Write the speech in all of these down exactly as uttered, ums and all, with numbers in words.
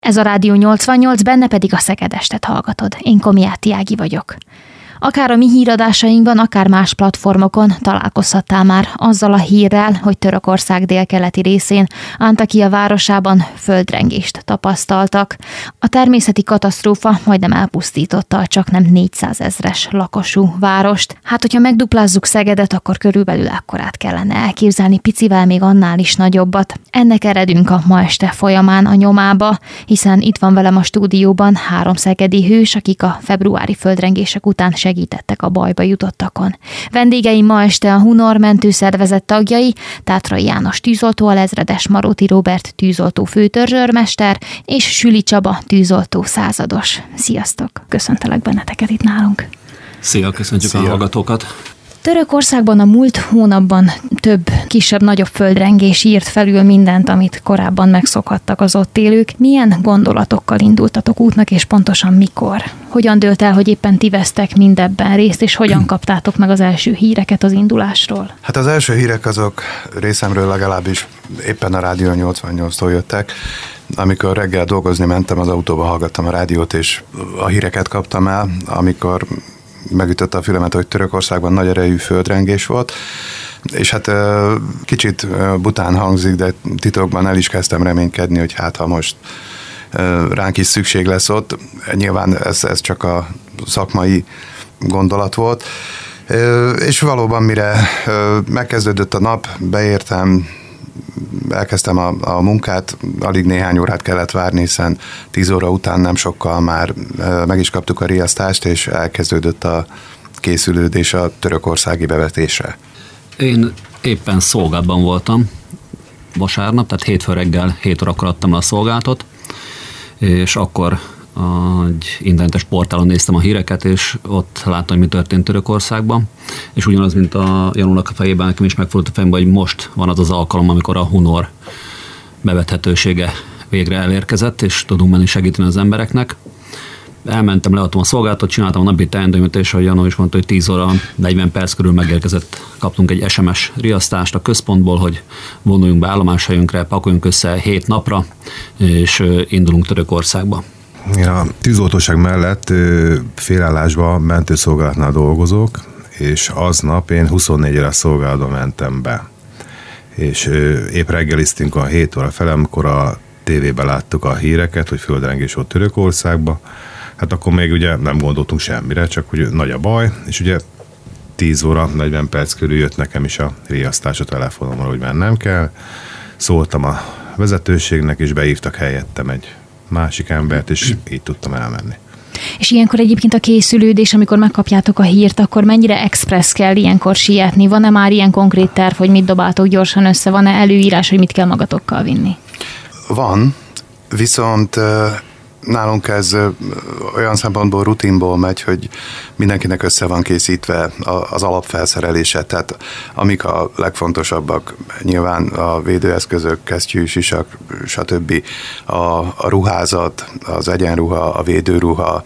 Ez a Rádió nyolcvannyolc, benne pedig a Szeged Estet hallgatod. Én Komiáti Ági vagyok. Akár a mi híradásainkban, akár más platformokon találkozhattál már azzal a hírrel, hogy Törökország délkeleti részén, Antakya városában földrengést tapasztaltak. A természeti katasztrófa majdnem elpusztította a csaknem négyszázezres lakosú várost. Hát, hogyha megduplázzuk Szegedet, akkor körülbelül ekkorát kellene elképzelni, picivel még annál is nagyobbat. Ennek eredünk a ma este folyamán a nyomába, hiszen itt van velem a stúdióban három szegedi hős, akik a februári földrengések után segítettek a bajba jutottakon. Vendégeim ma este a Hunor mentőszervezet tagjai, Tátrai János tűzoltó alezredes, Maróti Róbert tűzoltó főtörzsőrmester és Süli Csaba tűzoltó százados. Sziasztok! Köszöntelek benneteket itt nálunk. Szia, köszöntjük Szia. a hallgatókat! Törökországban a múlt hónapban több kisebb-nagyobb földrengés írt felül mindent, amit korábban megszokhattak az ott élők. Milyen gondolatokkal indultatok útnak, és pontosan mikor? Hogyan dőlt el, hogy éppen ti vesztek mindebben részt, és hogyan kaptátok meg az első híreket az indulásról? Hát az első hírek azok részemről legalábbis éppen a Rádió nyolcvannyolctól jöttek. Amikor reggel dolgozni mentem, az autóba hallgattam a rádiót, és a híreket kaptam el, amikor megütötte a fülemet, hogy Törökországban nagy erejű földrengés volt, és hát kicsit bután hangzik, de titokban el is kezdtem reménykedni, hogy hát ha most ránk is szükség lesz ott. Nyilván ez, ez csak a szakmai gondolat volt, és valóban mire megkezdődött a nap, beértem, elkezdtem a, a munkát, alig néhány órát kellett várni, hiszen tíz óra után nem sokkal már meg is kaptuk a riasztást, és elkezdődött a készülődés a törökországi bevetésre. Én éppen szolgálatban voltam vasárnap, tehát hétfő reggel hét órakor adtam le a szolgálatot, és akkor egy internetes portálon néztem a híreket, és ott láttam, hogy mi történt Törökországban, és ugyanaz, mint a Janónak a fejében, nekem is megfordult a fejembe, hogy most van az az alkalom, amikor a Hunor bevethetősége végre elérkezett, és tudunk menni segíteni az embereknek. Elmentem, leadtam a szolgálatot, csináltam a napi teendőmet, és ahogy Janó is mondta, hogy tíz óra negyven perc körül megérkezett, kaptunk egy es em es riasztást a központból, hogy vonuljunk be állomáshelyünkre, pakoljunk össze hét napra, és indulunk Törökországba. Én a tűzoltóság mellett félállásban mentőszolgálatnál dolgozok, és aznap én huszonnégy éves szolgálatba mentem be. És épp reggeliztünk a hét óra fele, amikor a tévében láttuk a híreket, hogy földrengés volt Törökországba. Hát akkor még ugye nem gondoltunk semmire, csak hogy nagy a baj, és ugye tíz óra negyven perc körül jött nekem is a riasztás a telefonomra, hogy mennem kell. Szóltam a vezetőségnek, és beívtak helyettem egy másik embert, és így tudtam elmenni. És ilyenkor egyébként a készülődés, amikor megkapjátok a hírt, akkor mennyire express kell ilyenkor sietni? Van-e már ilyen konkrét terv, hogy mit dobáltok gyorsan össze? Van-e előírás, hogy mit kell magatokkal vinni? Van, viszont nálunk ez olyan szempontból rutinból megy, hogy mindenkinek össze van készítve az alapfelszerelése, tehát amik a legfontosabbak, nyilván a védőeszközök, kesztyű, sisak, stb. A, a ruházat, az egyenruha, a védőruha,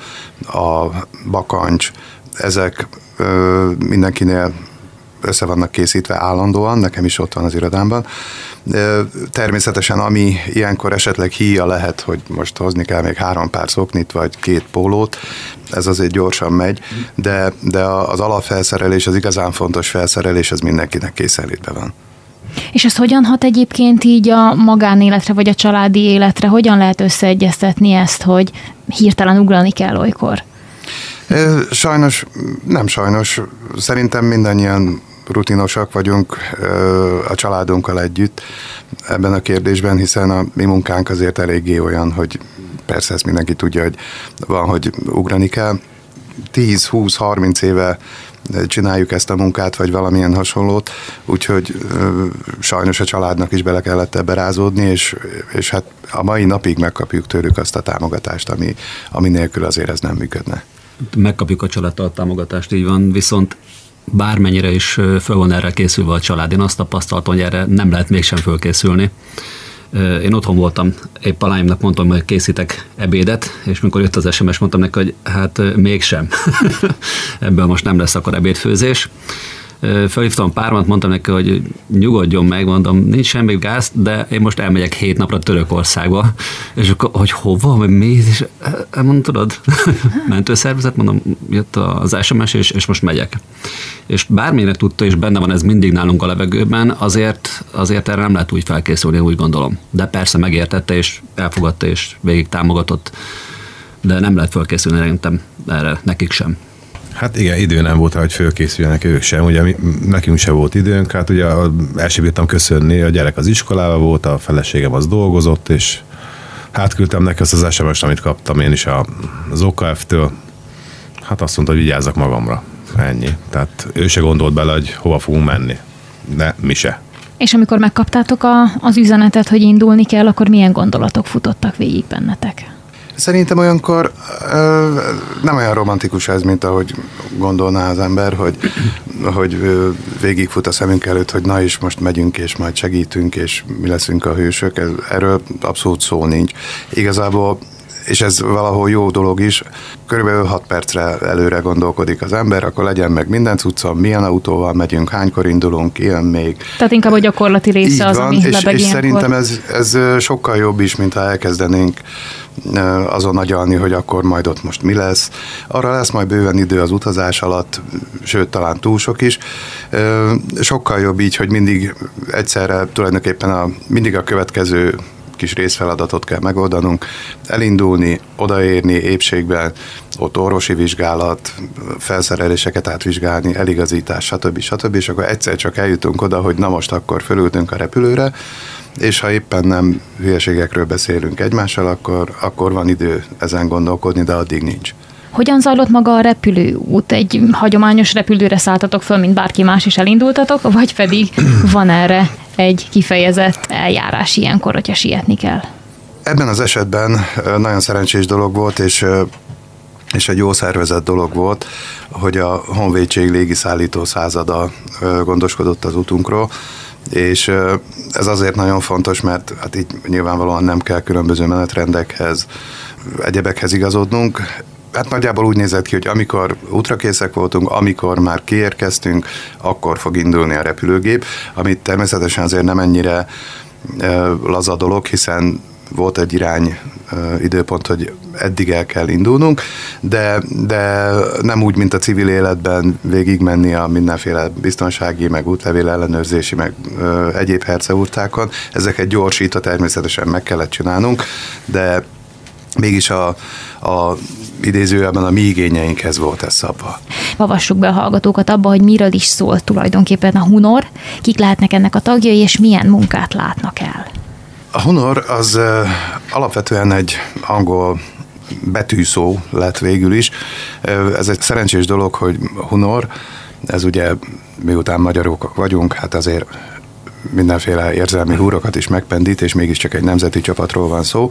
a bakancs, ezek ö, mindenkinél össze vannak készítve állandóan, nekem is ott van az irodámban. Természetesen, ami ilyenkor esetleg híja lehet, hogy most hozni kell még három pár szoknit, vagy két pólót, ez azért gyorsan megy, de, de az alapfelszerelés, az igazán fontos felszerelés, az mindenkinek készenlétben van. És ez hogyan hat egyébként így a magánéletre, vagy a családi életre? Hogyan lehet összeegyeztetni ezt, hogy hirtelen ugrani kell olykor? Sajnos, nem sajnos. Szerintem mindannyian rutinosak vagyunk a családunkkal együtt ebben a kérdésben, hiszen a mi munkánk azért eléggé olyan, hogy persze ezt mindenki tudja, hogy van, hogy ugrani kell. tíz, húsz, harminc éve csináljuk ezt a munkát, vagy valamilyen hasonlót, úgyhogy sajnos a családnak is bele kellett ebbe rázódni, és, és hát a mai napig megkapjuk tőlük azt a támogatást, ami, ami nélkül azért ez nem működne. Megkapjuk a családtól támogatást, így van, viszont bármennyire is föl van erre készülve a család. Én azt tapasztaltam, hogy erre nem lehet mégsem fölkészülni. Én otthon voltam, épp a lányomnak mondtam, hogy készítek ebédet, és mikor jött az es em es, mondtam neki, hogy hát mégsem. Ebből most nem lesz akkor ebédfőzés. Felhívtam pármat, mondtam neki, hogy nyugodjon meg, mondom, nincs semmi gáz, de én most elmegyek hét napra Törökországba. És akkor, hogy hova, vagy mi? És mondom, tudod, mentőszervezet, mondom, jött az es em es, és, és most megyek. És bármire tudta, és benne van ez mindig nálunk a levegőben, azért, azért erre nem lehet úgy felkészülni, úgy gondolom. De persze megértette, és elfogadta, és végig támogatott, de nem lehet felkészülni szerintem erre, nekik sem. Hát igen, idő nem volt rá, hogy fölkészüljenek ők sem. Ugye mi, nekünk sem volt időnk, hát ugye el sem bírtam köszönni, a gyerek az iskolában volt, a feleségem az dolgozott, és hát küldtem neki azt az es em est, amit kaptam én is az o ká ef-től. Hát azt mondta, hogy vigyázzak magamra. Ennyi. Tehát ő se gondolt bele, hogy hova fogunk menni. De mi se. És amikor megkaptátok a, az üzenetet, hogy indulni kell, akkor milyen gondolatok futottak végig bennetek? Szerintem olyankor ö, nem olyan romantikus ez, mint ahogy gondolná az ember, hogy, hogy ö, végigfut a szemünk előtt, hogy na is most megyünk, és majd segítünk, és mi leszünk a hősök. Ez, erről abszolút szó nincs. Igazából, és ez valahol jó dolog is, körülbelül hat percre előre gondolkodik az ember, akkor legyen meg minden cuccom, milyen autóval megyünk, hánykor indulunk, ilyen még. Tehát inkább a gyakorlati része így az, van, ami és, lebeg és ilyenkor. szerintem ez, ez sokkal jobb is, mint ha elkezdenénk azon agyalni, hogy akkor majd ott most mi lesz. Arra lesz majd bőven idő az utazás alatt, sőt, talán túl sok is. Sokkal jobb így, hogy mindig egyszerre tulajdonképpen a, mindig a következő kis részfeladatot kell megoldanunk, elindulni, odaérni épségben, ott orvosi vizsgálat, felszereléseket átvizsgálni, eligazítás, stb. stb. És akkor egyszer csak eljutunk oda, hogy na most akkor fölültünk a repülőre, és ha éppen nem hülyeségekről beszélünk egymással, akkor, akkor van idő ezen gondolkodni, de addig nincs. Hogyan zajlott maga a repülőút? Egy hagyományos repülőre szálltatok föl, mint bárki más, is elindultatok, vagy pedig van erre egy kifejezett eljárás ilyenkor, hogyha sietni kell? Ebben az esetben nagyon szerencsés dolog volt, és, és egy jó szervezett dolog volt, hogy a Honvédség légiszállító százada gondoskodott az utunkról, és ez azért nagyon fontos, mert hát így nyilvánvalóan nem kell különböző menetrendekhez, egyebekhez igazodnunk. Hát nagyjából úgy nézett ki, hogy amikor útrakészek voltunk, amikor már kiérkeztünk, akkor fog indulni a repülőgép, amit természetesen azért nem ennyire laza dolog, hiszen volt egy irány időpont, hogy eddig el kell indulnunk, de, de nem úgy, mint a civil életben végigmenni a mindenféle biztonsági, meg útlevél ellenőrzési, meg ö, egyéb herceurtákon. Ezeket gyorsítva természetesen meg kellett csinálnunk, de mégis a, a idézőjelben a mi igényeinkhez volt ez szabva. Avassuk be a hallgatókat abba, hogy miről is szól tulajdonképpen a Hunor, kik lehetnek ennek a tagjai, és milyen munkát látnak el. A Hunor az uh, alapvetően egy angol betűszó lett végül is. Uh, ez egy szerencsés dolog, hogy Hunor, ez ugye miután magyarok vagyunk, hát azért mindenféle érzelmi húrokat is megpendít, és mégiscsak egy nemzeti csapatról van szó.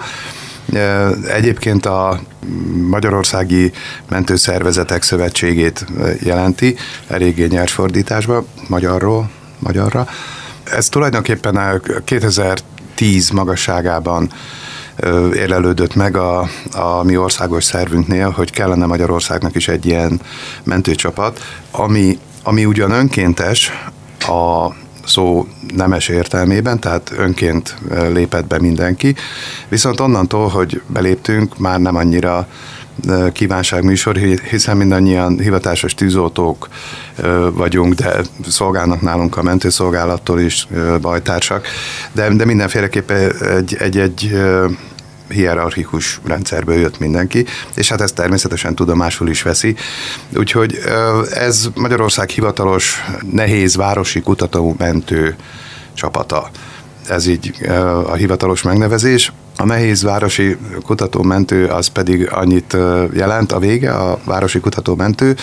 Egyébként a Magyarországi Mentőszervezetek Szövetségét jelenti, eléggé nyers fordításban, magyarról, magyarra. Ez tulajdonképpen a kétezer-tíz magasságában érlelődött meg a, a mi országos szervünknél, hogy kellene Magyarországnak is egy ilyen mentőcsapat, ami, ami ugyan önkéntes a szó nemes értelmében, tehát önként lépett be mindenki, viszont onnantól, hogy beléptünk, már nem annyira kívánságműsor, hiszen mindannyian hivatásos tűzoltók vagyunk, de szolgálnak nálunk a mentőszolgálattól is bajtársak, de, de mindenféleképpen egy, egy, egy hierarchikus rendszerből jött mindenki, és hát ezt természetesen tudomásul is veszi. Úgyhogy ez Magyarország hivatalos, nehéz városi kutatómentő csapata. Ez így a hivatalos megnevezés. A nehéz városi kutatómentő az pedig annyit jelent, a vége, a városi kutatómentő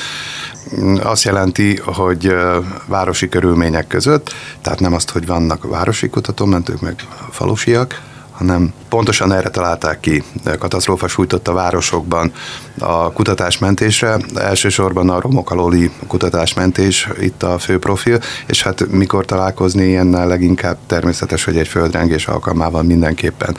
azt jelenti, hogy városi körülmények között, tehát nem azt, hogy vannak városi kutatómentők, meg falusiak, hanem pontosan erre találták ki. Katasztrófa sújtotta városokban a kutatásmentésre, elsősorban a romok alóli kutatásmentés itt a fő profil, és hát mikor találkozni ilyennel leginkább természetes, hogy egy földrengés alkalmával mindenképpen.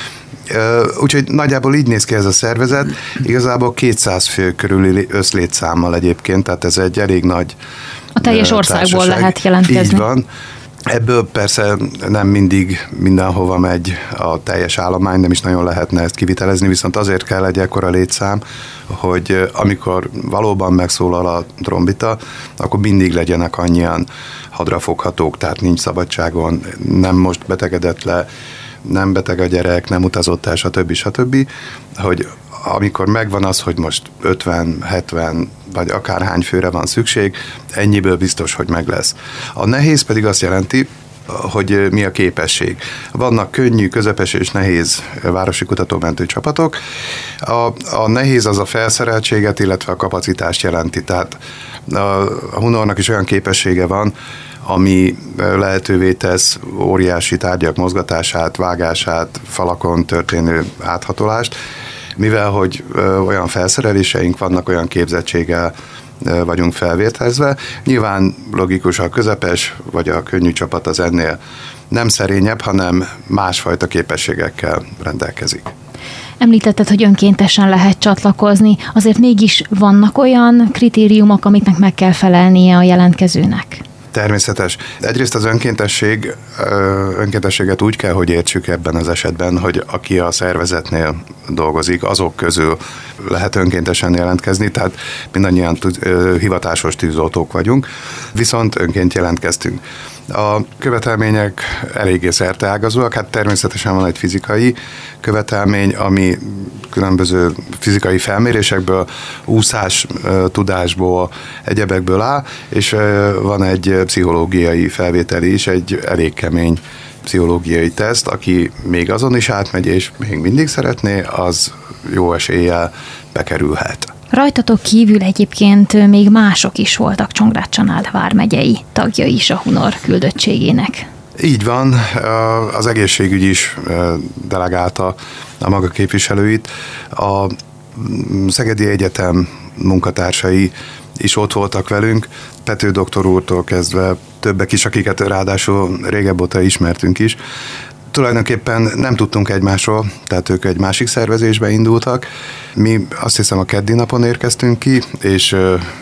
Úgyhogy nagyjából így néz ki ez a szervezet, igazából kétszáz fő körüli összlétszámmal egyébként, tehát ez egy elég nagy A teljes országból társaság. Lehet jelentkezni. Így van. Ebből persze nem mindig mindenhova megy a teljes állomány, nem is nagyon lehetne ezt kivitelezni, viszont azért kell egy ekkora létszám, hogy amikor valóban megszólal a trombita, akkor mindig legyenek annyian hadrafoghatók, tehát nincs szabadságon, nem most betegedett le, nem beteg a gyerek, nem utazott el, stb. stb., hogy amikor megvan az, hogy most ötven, hetven vagy akárhány főre van szükség, ennyiből biztos, hogy meg lesz. A nehéz pedig azt jelenti, hogy mi a képesség. Vannak könnyű, közepes és nehéz városi kutatómentő csapatok. A, a nehéz az a felszereltséget, illetve a kapacitást jelenti. Tehát a Hunornak is olyan képessége van, ami lehetővé tesz óriási tárgyak mozgatását, vágását, falakon történő áthatolást, mivel hogy olyan felszereléseink vannak, olyan képzettséggel vagyunk felvértezve. Nyilván logikus, a közepes vagy a könnyű csapat az ennél nem szerényebb, hanem másfajta képességekkel rendelkezik. Említetted, hogy önkéntesen lehet csatlakozni, azért mégis vannak olyan kritériumok, amiknek meg kell felelnie a jelentkezőnek? Természetes. Egyrészt az önkéntesség, önkéntességet úgy kell, hogy értsük ebben az esetben, hogy aki a szervezetnél dolgozik, azok közül lehet önkéntesen jelentkezni, tehát mindannyian hivatásos tűzoltók vagyunk, viszont önként jelentkeztünk. A követelmények eléggé szerteágazóak, hát természetesen van egy fizikai követelmény, ami különböző fizikai felmérésekből, úszás tudásból, egyebekből áll, és van egy pszichológiai felvételi is, egy elég kemény pszichológiai teszt, aki még azon is átmegy, és még mindig szeretné, az jó eséllyel bekerülhet. Rajtatok kívül egyébként még mások is voltak, Csongrád-Csanád vármegyei tagjai is a Hunor küldöttségének. Így van, az egészségügy is delegálta a maga képviselőit. A Szegedi Egyetem munkatársai is ott voltak velünk, Pető doktor úrtól kezdve többek is, akiket ráadásul régebb óta ismertünk is. Tulajdonképpen nem tudtunk egymásról, tehát ők egy másik szervezésbe indultak. Mi azt hiszem a keddi napon érkeztünk ki, és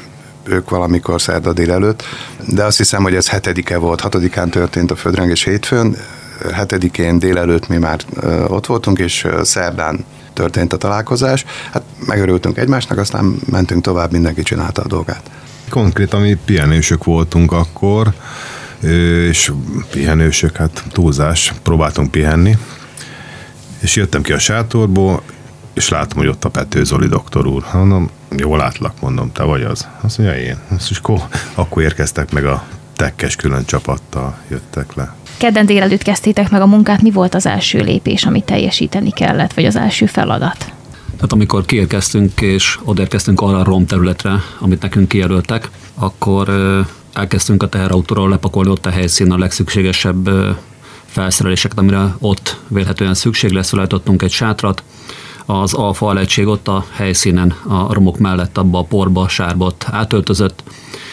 ők valamikor szerda délelőtt, de azt hiszem, hogy ez hetedike volt, hatodikán történt a földrengés hétfőn, hetedikén délelőtt mi már ott voltunk, és szerdán történt a találkozás. Hát megörültünk egymásnak, aztán mentünk tovább, mindenki csinálta a dolgát. Konkrétan mi pihenősök voltunk akkor, és pihenősök, hát túlzás, próbáltunk pihenni, és jöttem ki a sátorból, és látom, hogy ott a Pető Zoli doktor úr. Mondom, jól látlak, mondom, te vagy az. Azt mondja, én. Azt is, akkor, akkor érkeztek meg a tekkes külön csapattal, jöttek le. Kedden délelőtt kezdtétek meg a munkát, mi volt az első lépés, amit teljesíteni kellett, vagy az első feladat? Tehát amikor kiérkeztünk, és odaérkeztünk arra a rom területre, amit nekünk kijelöltek, akkor elkezdtünk a teherautóról lepakolni ott a helyszínen a legszükségesebb felszereléseket, amire ott vélhetően szükség lesz, felállítottunk egy sátrat. Az alfa alegység ott a helyszínen, a romok mellett abba a porba, sárba ott átöltözött,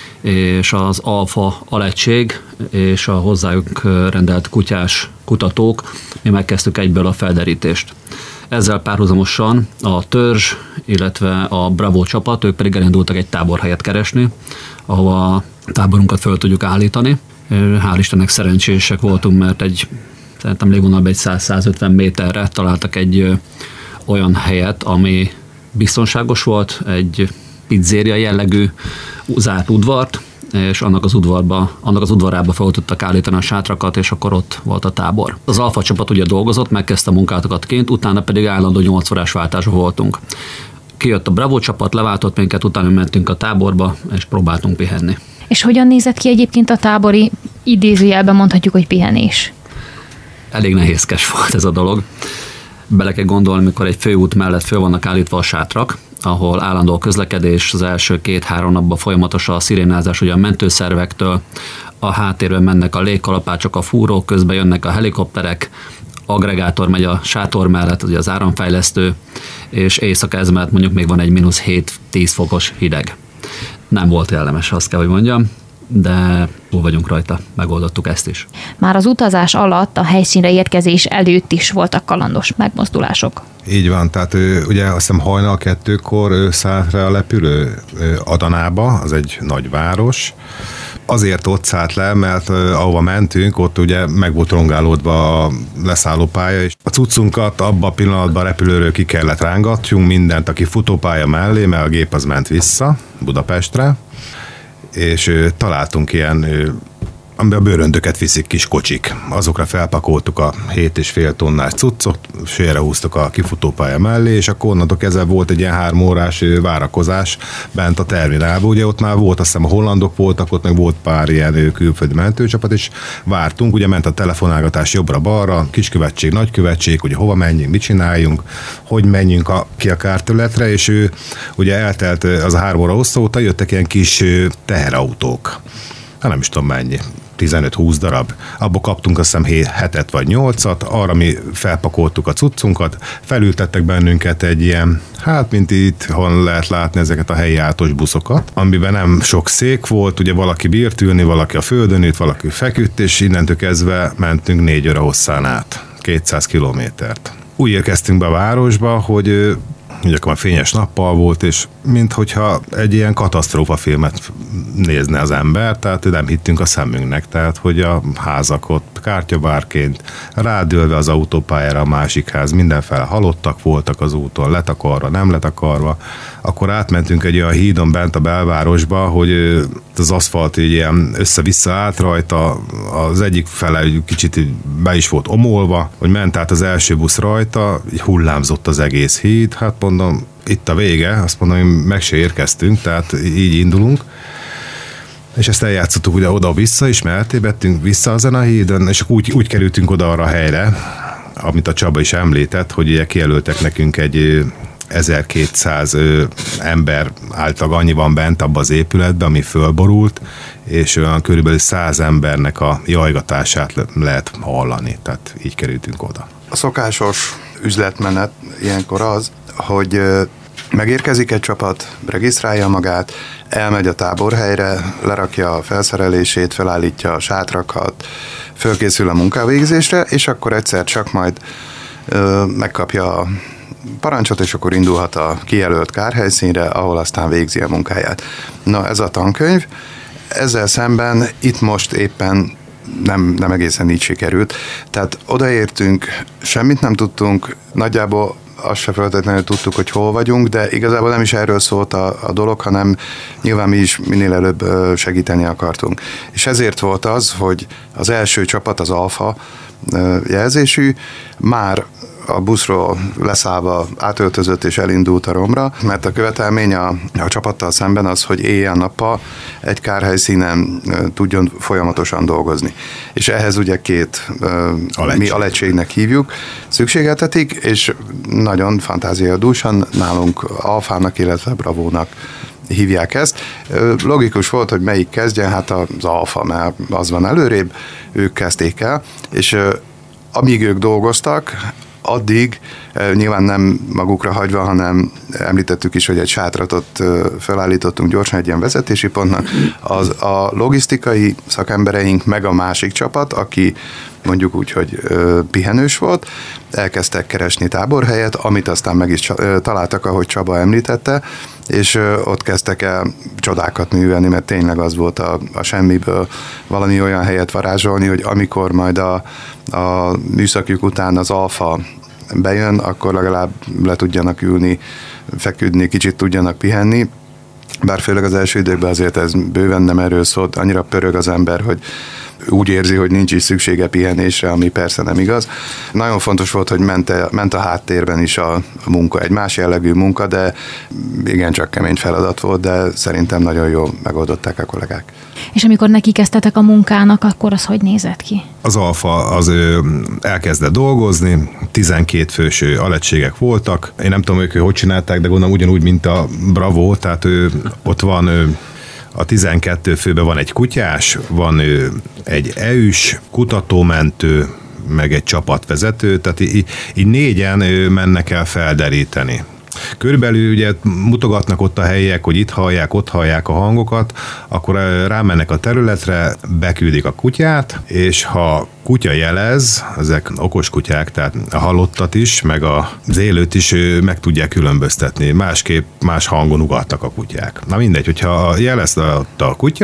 és az alfa alegység és a hozzájuk rendelt kutyás kutatók, mi megkezdtük egyből a felderítést. Ezzel párhuzamosan a törzs, illetve a Bravo csapat, ők pedig elindultak egy táborhelyet keresni, ahova a táborunkat föl tudjuk állítani. Hál' Istennek szerencsések voltunk, mert egy, szerintem légvonalban egy száz-százötven méterre találtak egy olyan helyet, ami biztonságos volt, egy pizzéria jellegű zárt udvart, és annak az udvarba, annak az udvarába fel tudtak állítani a sátrakat, és akkor ott volt a tábor. Az alfa csapat ugye dolgozott, megkezdte a munkátokat kint, utána pedig állandó nyolc órás váltásra voltunk. Kijött a Bravo csapat, leváltott minket, utána mentünk a táborba, és próbáltunk pihenni. És hogyan nézett ki egyébként a tábori, idézőjelben mondhatjuk, hogy pihenés? Elég nehézkes volt ez a dolog. Bele kell gondolni, amikor egy főút mellett föl vannak állítva a sátrak, ahol állandó közlekedés, az első két-három napban folyamatos a szirénázás ugye a mentőszervektől, a háttérben mennek a légkalapácsok, a fúrók, közben jönnek a helikopterek, aggregátor megy a sátor mellett, ugye az áramfejlesztő, és éjszaka ez mellett mondjuk még van egy mínusz hét-tíz fokos hideg. Nem volt kellemes, azt kell, hogy mondjam, de túl vagyunk rajta, megoldottuk ezt is. Már az utazás alatt, a helyszínre érkezés előtt is voltak kalandos megmozdulások. Így van, tehát ugye azt hiszem hajnal kettőkor szállt rá a lepülő Adanába, az egy nagy város, azért ott szállt le, mert uh, ahova mentünk, ott ugye meg volt rongálódva a leszállópálya, és a cuccunkat abban a pillanatban repülőről ki kellett rángatjunk, mindent, aki futópálya mellé, mert a gép az ment vissza Budapestre, és uh, találtunk ilyen uh, amiben a bőröndöket viszik kis kocsik. Azokra felpakoltuk a hét és fél tonnás cuccot, félrehúztuk a kifutópálya mellé, és akkor onnantól kezdve volt egy ilyen három órás várakozás bent a terminálban. Ugye ott már volt, azt hiszem a hollandok voltak, ott meg volt pár ilyen külföldi mentőcsapat, és vártunk, ugye ment a telefonálgatás jobbra-balra, kiskövetség, nagykövetség, ugye hova menjünk, mit csináljunk, hogy menjünk a, ki a kárterületre, és ő ugye eltelt az a három óra hosszú óta, jöttek ilyen kis teherautók. Hát nem is tudom mennyi, tizenöt-húsz darab. Abból kaptunk azt hiszem hetet vagy nyolcat, arra mi felpakoltuk a cuccunkat, felültettek bennünket egy ilyen, hát mint itt, hol lehet látni ezeket a helyi átos buszokat, amiben nem sok szék volt, ugye valaki bírt ülni, valaki a földön ült, valaki feküdt, és innentől kezdve mentünk négy óra hosszán át, kétszáz kilométert. Úgy érkeztünk be a városba, hogy ugye akkor már fényes nappal volt, és minthogyha egy ilyen katasztrófafilmet nézne az ember, tehát nem hittünk a szemünknek, tehát hogy a házak ott kártyabárként rádőlve az autópályára a másik ház, mindenfele halottak voltak az úton, letakarva, nem letakarva, akkor átmentünk egy olyan hídon bent a belvárosba, hogy az aszfalt így ilyen össze-vissza állt rajta, az egyik fele kicsit be is volt omolva, hogy ment át az első busz rajta, így hullámzott az egész híd, hát mondom, itt a vége, azt mondom, hogy meg se érkeztünk, tehát így indulunk. És ezt eljátszottuk ugye oda-vissza, és eltévedtünk vissza ezen a hídon, és úgy, úgy kerültünk oda arra a helyre, amit a Csaba is említett, hogy ugye kijelöltek nekünk egy ezerkétszáz ember által annyi van bent abban az épületben, ami fölborult, és olyan körülbelül száz embernek a jajgatását le- lehet hallani, tehát így kerültünk oda. A szokásos üzletmenet ilyenkor az, hogy megérkezik egy csapat, regisztrálja magát, elmegy a táborhelyre, lerakja a felszerelését, felállítja a sátrakat, fölkészül a munkavégzésre, és akkor egyszer csak majd ö, megkapja a parancsot, és akkor indulhat a kijelölt kárhelyszínre, ahol aztán végzi a munkáját. Na, ez a tankönyv. Ezzel szemben itt most éppen nem, nem egészen így sikerült. Tehát odaértünk, semmit nem tudtunk, nagyjából azt se feltétlenül tudtuk, hogy hol vagyunk, de igazából nem is erről szólt a, a dolog, hanem nyilván mi is minél előbb segíteni akartunk. És ezért volt az, hogy az első csapat, az Alfa jelzésű, már a buszról leszállva átöltözött és elindult a Romra, mert a követelmény a, a csapattal szemben az, hogy éjjel-nappal egy kárhelyszínen tudjon folyamatosan dolgozni. És ehhez ugye két, Alegység. mi alecségnek hívjuk, szükségeltetik, és nagyon fantáziadúsan nálunk Alfának, illetve Bravónak hívják ezt. Logikus volt, hogy melyik kezdjen, hát az Alfa, mert az van előrébb, ők kezdték el, és amíg ők dolgoztak, addig nyilván nem magukra hagyva, hanem említettük is, hogy egy sátratot felállítottunk gyorsan egy ilyen vezetési pontnak. Az a logisztikai szakembereink meg a másik csapat, aki mondjuk úgy, hogy pihenős volt, elkezdtek keresni táborhelyet, amit aztán meg is találtak, ahogy Csaba említette, és ott kezdtek el csodákat művelni, mert tényleg az volt a, a semmiből valami olyan helyet varázsolni, hogy amikor majd a, a műszakjuk után az Alfa bejön, akkor legalább le tudjanak ülni, feküdni, kicsit tudjanak pihenni. Bár főleg az első időkben azért ez bőven nem erről szólt, annyira pörög az ember, hogy úgy érzi, hogy nincs is szüksége pihenésre, ami persze nem igaz. Nagyon fontos volt, hogy ment a, ment a háttérben is a, a munka, egy más jellegű munka, de igencsak kemény feladat volt, de szerintem nagyon jól megoldották a kollégák. És amikor neki kezdtetek a munkának, akkor az hogy nézett ki? Az Alfa az ő, elkezdett dolgozni, tizenkét fős alegységek voltak. Én nem tudom, ők hogy csinálták, de gondolom ugyanúgy, mint a Bravo, tehát ő, ott van ő, a tizenkettő főben van egy kutyás, van ő, egy é ü-s kutatómentő, meg egy csapatvezető, tehát így, így négyen mennek el felderíteni. Körülbelül ugye mutogatnak ott a helyiek, hogy itt hallják, ott hallják a hangokat, akkor rámennek a területre, beküldik a kutyát, és ha kutya jelez, ezek okos kutyák, tehát a halottat is, meg az élőt is meg tudják különböztetni. Másképp más hangon ugattak a kutyák. Na mindegy, hogyha jelezte a kutya,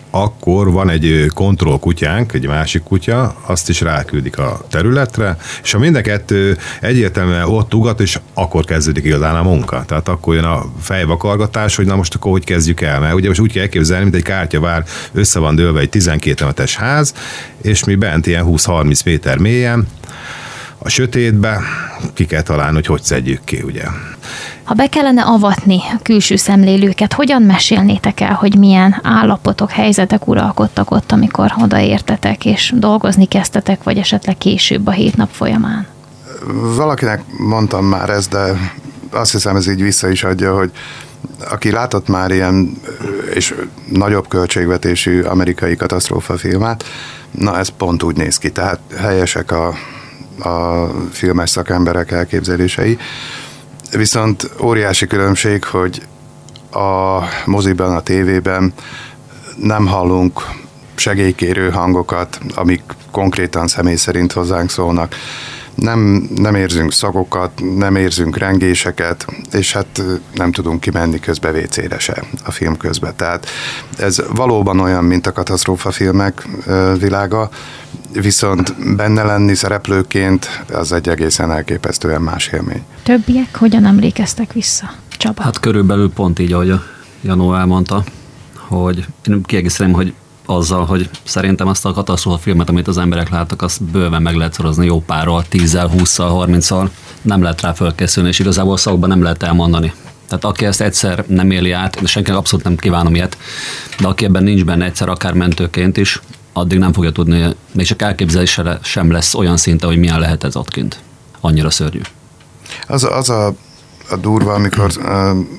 akkor van egy kontrollkutyánk, egy másik kutya, azt is ráküldik a területre, és ha mind a kettő egyértelműen ott ugat, és akkor kezdődik igazán a munka. Tehát akkor jön a fejvakargatás, hogy na most akkor hogy kezdjük el, mert ugye most úgy kell elképzelni, mint egy kártyavár, össze van dőlve egy tizenkét emeletes ház, és mi bent ilyen húsz-harminc méter mélyen, a sötétbe ki kell találni, hogy hogy szedjük ki, ugye. Ha be kellene avatni a külső szemlélőket, hogyan mesélnétek el, hogy milyen állapotok, helyzetek uralkodtak ott, amikor odaértetek és dolgozni kezdtetek, vagy esetleg később a hét nap folyamán? Valakinek mondtam már ezt, de azt hiszem ez így vissza is adja, hogy aki látott már ilyen és nagyobb költségvetésű amerikai katasztrófafilmet, na ez pont úgy néz ki, tehát helyesek a, a filmes szakemberek elképzelései. Viszont óriási különbség, hogy a moziban, a tévében nem hallunk segélykérő hangokat, amik konkrétan személy szerint hozzánk szólnak. Nem, nem érzünk szagokat, nem érzünk rengéseket, és hát nem tudunk kimenni közbe vécére se a film közben. Tehát ez valóban olyan, mint a katasztrófafilmek világa, viszont benne lenni szereplőként az egy egészen elképesztően más élmény. Többiek hogyan emlékeztek vissza? Csaba? Hát körülbelül pont így, ahogy a Janó elmondta, hogy én kiegészítem, hogy azzal, hogy szerintem azt a katasztrófa filmet, amit az emberek láttak, azt bőven meg lehet szorozni jó párral, tízzel, hússzal, harminccal, nem lehet rá fölkészülni, és igazából szavakban nem lehet elmondani. Tehát aki ezt egyszer nem éli át, de senkinek abszolút nem kívánom ilyet, de aki ebben nincs benne egyszer akár mentőként is, addig nem fogja tudni, még csak elképzelésre sem lesz olyan szinte, hogy milyen lehet ez ott kint. Annyira szörnyű. Az, az a, a durva, amikor uh,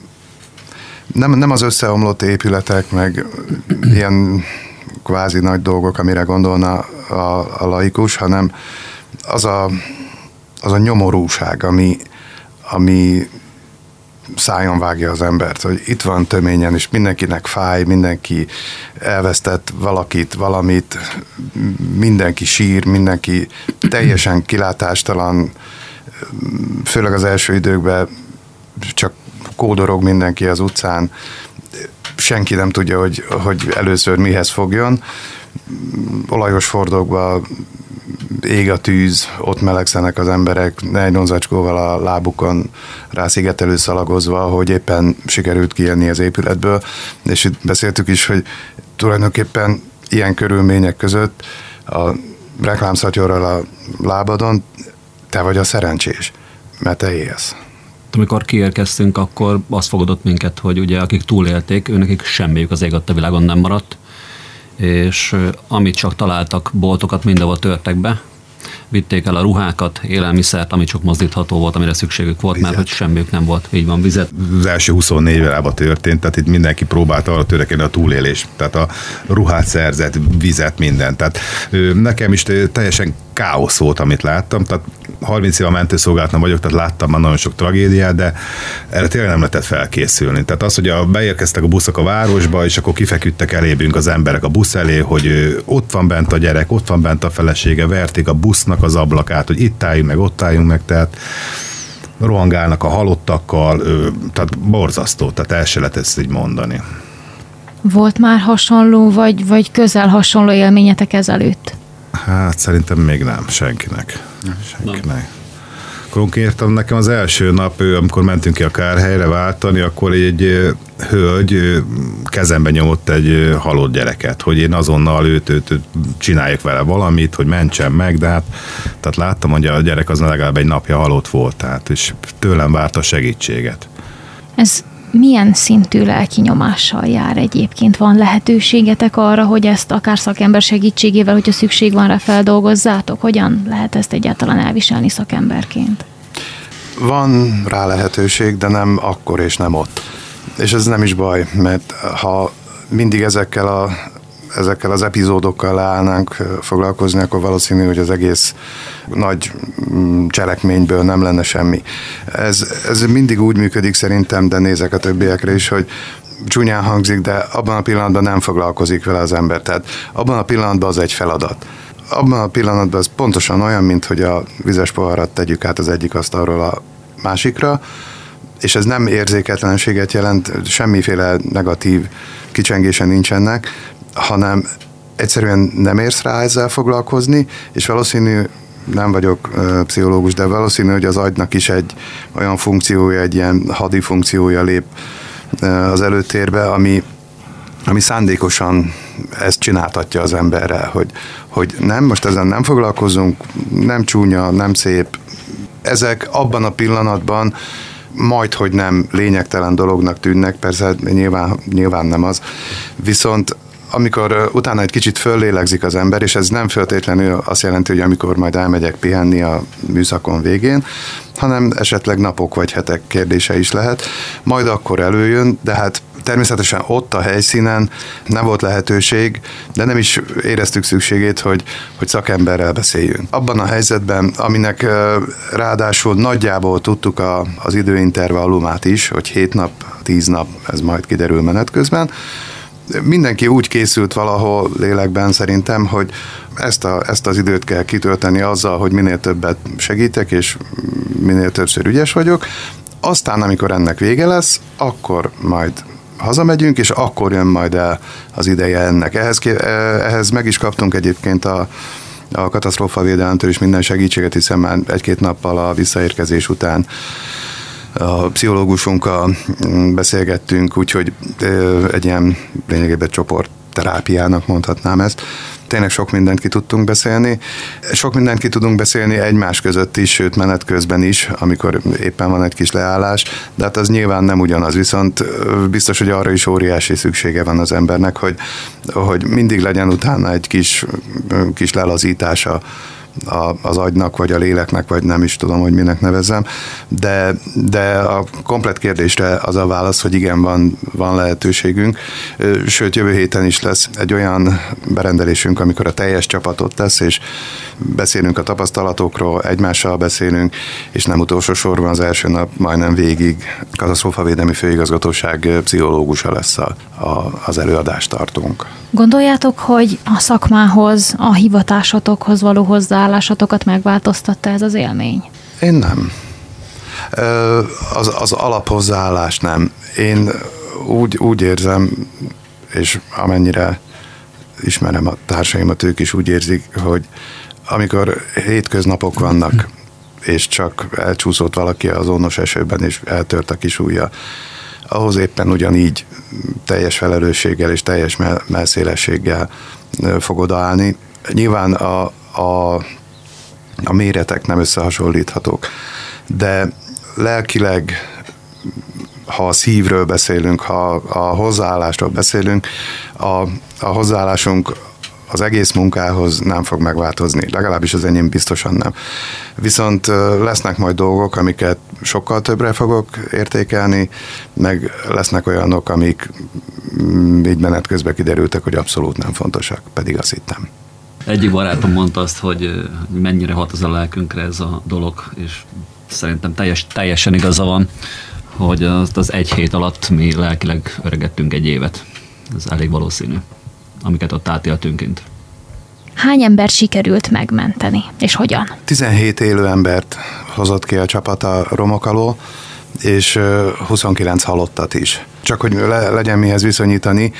nem, nem az összeomlott épületek, meg ilyen kvázi nagy dolgok, amire gondolna a, a laikus, hanem az a, az a nyomorúság, ami, ami szájon vágja az embert, hogy itt van töményen, és mindenkinek fáj, mindenki elvesztett valakit, valamit, mindenki sír, mindenki teljesen kilátástalan, főleg az első időkben csak kódorog mindenki az utcán, senki nem tudja, hogy, hogy először mihez fogjon. Olajos fordokba ég a tűz, ott melegszenek az emberek, nejlonzacskóval a lábukon rászigetelő szalagozva, hogy éppen sikerült kijönni az épületből. És itt beszéltük is, hogy tulajdonképpen ilyen körülmények között a reklámszatyorral a lábadon te vagy a szerencsés, mert te élsz. Amikor kiérkeztünk, akkor azt fogadott minket, hogy ugye akik túlélték, őnekik semmiük az ég a világon nem maradt, és amit csak találtak, boltokat mindenhol törtek be, vitték el a ruhákat, élelmiszert, ami csak mozdítható volt, amire szükségük volt, vizet. Mert hogy semmiük nem volt. Így van, vizet. Az első huszonnégy órában történt, tehát itt mindenki próbálta arra törekedni a túlélés. Tehát a ruhát szerzett, vizet, mindent. Tehát nekem is teljesen káosz volt, amit láttam. Tehát harminc éve mentőszolgálatban vagyok, tehát láttam már nagyon sok tragédiát, de erre tényleg nem lehetett felkészülni. Tehát az, hogy a, beérkeztek a buszok a városba, és akkor kifeküdtek elébünk az emberek a busz elé, hogy ott van bent a gyerek, ott van bent a felesége, verték a busznak az ablakát, hogy itt álljunk meg, ott álljunk meg, tehát rohangálnak a halottakkal, tehát borzasztó, tehát el se lehet ezt így mondani. Volt már hasonló, vagy, vagy közel hasonló élményetek ezelőtt? Hát szerintem még nem, senkinek. Senkinek. Konkrétan nekem az első nap, amikor mentünk ki a kárhelyre váltani, akkor egy hölgy kezembe nyomott egy halott gyereket, hogy én azonnal őt, őt, őt csináljuk vele valamit, hogy mentsem meg, de hát tehát láttam, hogy a gyerek az legalább egy napja halott volt, tehát, és tőlem várta segítséget. Ez milyen szintű lelki nyomással jár egyébként? Van lehetőségetek arra, hogy ezt akár szakember segítségével, hogyha szükség van rá, feldolgozzátok? Hogyan lehet ezt egyáltalán elviselni szakemberként? Van rá lehetőség, de nem akkor és nem ott. És ez nem is baj, mert ha mindig ezekkel a ezekkel az epizódokkal leállnánk foglalkozni, akkor valószínű, hogy az egész nagy cselekményből nem lenne semmi. Ez, ez mindig úgy működik szerintem, de nézek a többiekre is, hogy csúnyán hangzik, de abban a pillanatban nem foglalkozik vele az ember. Tehát abban a pillanatban az egy feladat. Abban a pillanatban ez pontosan olyan, mint hogy a vizes poharat tegyük át az egyik asztalról a másikra, és ez nem érzéketlenséget jelent, semmiféle negatív kicsengése nincsenek, hanem egyszerűen nem érsz rá ezzel foglalkozni, és valószínű, nem vagyok uh, pszichológus, de valószínű, hogy az agynak is egy olyan funkciója, egy ilyen hadi funkciója lép uh, az előtérbe, ami, ami szándékosan ezt csináltatja az emberrel, hogy, hogy nem, most ezen nem foglalkozunk, nem csúnya, nem szép. Ezek abban a pillanatban majdhogy nem lényegtelen dolognak tűnnek, persze nyilván, nyilván nem az, viszont amikor utána egy kicsit föllélegzik az ember, és ez nem feltétlenül azt jelenti, hogy amikor majd elmegyek pihenni a műszakon végén, hanem esetleg napok vagy hetek kérdése is lehet, majd akkor előjön, de hát természetesen ott a helyszínen nem volt lehetőség, de nem is éreztük szükségét, hogy, hogy szakemberrel beszéljünk. Abban a helyzetben, aminek ráadásul nagyjából tudtuk a, az időintervallumát is, hogy hét nap, tíz nap, ez majd kiderül menet közben, mindenki úgy készült valahol lélekben szerintem, hogy ezt, a, ezt az időt kell kitölteni azzal, hogy minél többet segítek, és minél többször ügyes vagyok. Aztán, amikor ennek vége lesz, akkor majd hazamegyünk, és akkor jön majd el az ideje ennek. Ehhez, ehhez meg is kaptunk egyébként a, a katasztrófavédelemtől is minden segítséget, hiszen már egy-két nappal a visszaérkezés után a pszichológusunkkal beszélgettünk, úgyhogy egy ilyen lényegében csoportterápiának mondhatnám ezt. Tényleg sok mindent ki tudtunk beszélni. Sok mindent ki tudunk beszélni egymás között is, sőt menet közben is, amikor éppen van egy kis leállás, de hát az nyilván nem ugyanaz, viszont biztos, hogy arra is óriási szüksége van az embernek, hogy, hogy mindig legyen utána egy kis, kis lelazítása az agynak, vagy a léleknek, vagy nem is tudom, hogy minek nevezzem, de, de a komplett kérdésre az a válasz, hogy igen, van, van lehetőségünk, sőt, jövő héten is lesz egy olyan berendelésünk, amikor a teljes csapatot tesz, és beszélünk a tapasztalatokról, egymással beszélünk, és nem utolsó sorban az első nap majdnem végig katasztrófavédelmi főigazgatóság pszichológusa lesz a, a, az előadást tartunk. Gondoljátok, hogy a szakmához, a hivatásotokhoz való hozzáállásotokat megváltoztatta ez az élmény? Én nem. Az, az alaphozzáállás nem. Én úgy, úgy érzem, és amennyire ismerem a társaimat, ők is úgy érzik, hogy amikor hétköznapok vannak, és csak elcsúszott valaki az ónos esőben, és eltört a kis ujja, ahhoz éppen ugyanígy teljes felelősséggel és teljes mellszélességgel fog odaállni. Nyilván a, a, a méretek nem összehasonlíthatók, de lelkileg, ha a szívről beszélünk, ha a hozzáállásról beszélünk, a, a hozzáállásunk az egész munkához nem fog megváltozni, legalábbis az enyém biztosan nem. Viszont lesznek majd dolgok, amiket sokkal többre fogok értékelni, meg lesznek olyanok, amik így menet közben kiderültek, hogy abszolút nem fontosak, pedig azt hittem. Egyik barátom mondta azt, hogy mennyire hat az a lelkünkre ez a dolog, és szerintem teljes, teljesen igaza van, hogy az, az egy hét alatt mi lelkileg öregettünk egy évet. Ez elég valószínű, amiket ott átéltünk kint. Hány embert sikerült megmenteni, és hogyan? tizenhét élő embert hozott ki a csapat a romok alól, és huszonkilenc halottat is. Csak hogy le, legyen mihez viszonyítani,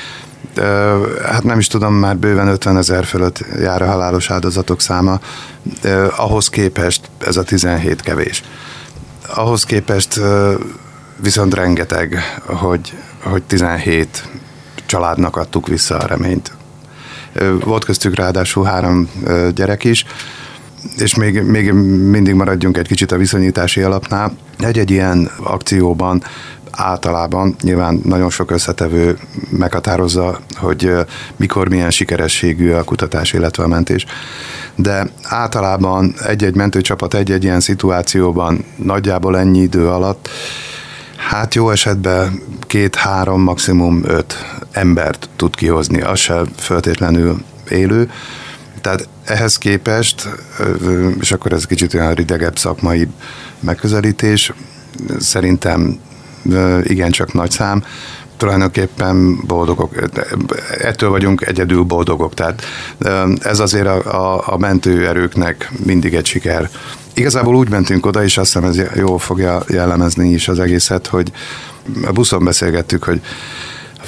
hát nem is tudom, már bőven ötven ezer fölött jár a halálos áldozatok száma, ahhoz képest ez a tizenhét kevés. Ahhoz képest viszont rengeteg, hogy, hogy tizenhét családnak adtuk vissza a reményt. Volt köztük ráadásul három gyerek is, és még, még mindig maradjunk egy kicsit a viszonyítási alapnál. Egy-egy ilyen akcióban általában nyilván nagyon sok összetevő meghatározza, hogy mikor milyen sikerességű a kutatás, illetve a mentés. De általában egy-egy mentőcsapat egy-egy ilyen szituációban nagyjából ennyi idő alatt, hát jó esetben két-három, maximum öt embert tud kihozni, az se feltétlenül élő. Tehát ehhez képest, és akkor ez kicsit olyan ridegebb szakmai megközelítés, szerintem igencsak nagy szám, tulajdonképpen boldogok, ettől vagyunk egyedül boldogok, tehát ez azért a, a, a mentőerőknek mindig egy siker. Igazából úgy mentünk oda, és azt hiszem ez jól fogja jellemezni is az egészet, hogy a buszon beszélgettük, hogy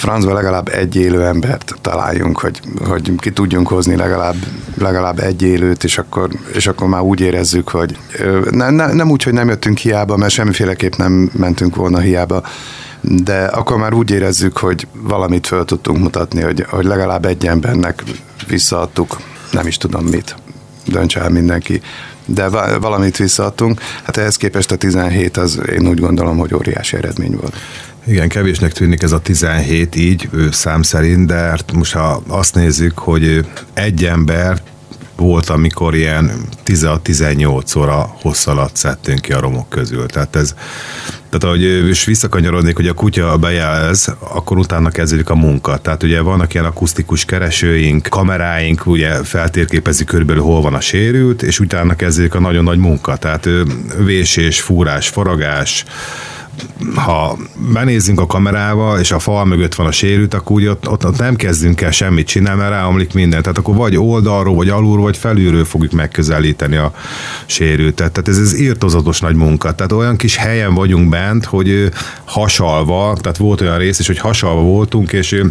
francba legalább egy élő embert találjunk, hogy, hogy ki tudjunk hozni legalább, legalább egy élőt, és akkor, és akkor már úgy érezzük, hogy ne, ne, nem úgy, hogy nem jöttünk hiába, mert semmiféleképp nem mentünk volna hiába, de akkor már úgy érezzük, hogy valamit föl tudtunk mutatni, hogy, hogy legalább egy embernek visszaadtuk, nem is tudom mit, döntse el mindenki, de valamit visszaadtunk. Hát ehhez képest a tizenhét az én úgy gondolom, hogy óriási eredmény volt. Igen, kevésnek tűnik ez a tizenhét így szám szerint, de most ha azt nézzük, hogy egy ember volt, amikor ilyen tíz-tizennyolc óra hossz alatt szedtünk ki a romok közül. Tehát ez, tehát ahogy és visszakanyarodnék, hogy a kutya bejelez, akkor utána kezdődik a munka. Tehát ugye vannak ilyen akusztikus keresőink, kameráink, ugye feltérképezik körülbelül hol van a sérült, és utána kezdődik a nagyon nagy munka. Tehát vésés, fúrás, faragás. Ha benézzünk a kamerába, és a fal mögött van a sérült, akkor úgy ott, ott, ott nem kezdünk el semmit csinálni, mert ráomlik minden. Tehát akkor vagy oldalról, vagy alulról, vagy felülről fogjuk megközelíteni a sérültet. Tehát ez, ez irtózatos nagy munka. Tehát olyan kis helyen vagyunk bent, hogy hasalva, tehát volt olyan rész is, hogy hasalva voltunk, és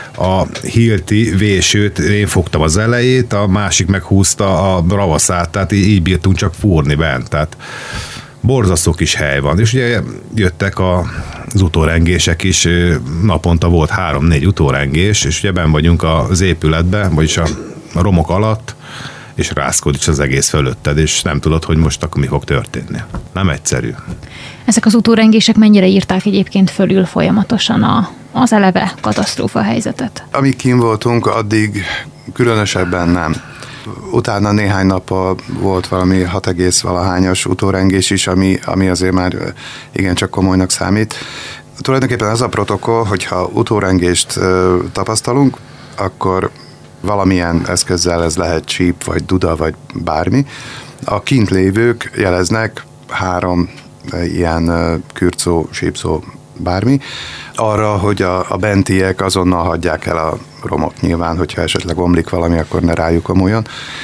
a Hilti vésőt én fogtam az elejét, a másik meghúzta a ravaszát, tehát így, így bírtunk csak fúrni bent. Tehát borzasztó kis hely van, és ugye jöttek a, az utórengések is, naponta volt három-négy utórengés, és ugye benn vagyunk az épületben, vagyis a, a romok alatt, és rázkodik az egész fölötted, és nem tudod, hogy most akkor mi fog történni. Nem egyszerű. Ezek az utórengések mennyire írták egyébként fölül folyamatosan a, az eleve katasztrófa helyzetet? Amíg kín voltunk, addig különösebben nem. Utána néhány nap volt valami hat egész valahányas utórengés is, ami, ami azért már igencsak komolynak számít. Tulajdonképpen az a protokoll, hogyha utórengést tapasztalunk, akkor valamilyen eszközzel, ez lehet csíp, vagy duda, vagy bármi. A kint lévők jeleznek három ilyen kürcó, sípszó, bármi, arra, hogy a, a bentiek azonnal hagyják el a romot. Nyilván, hogyha esetleg omlik valami, akkor ne rájuk omoljon.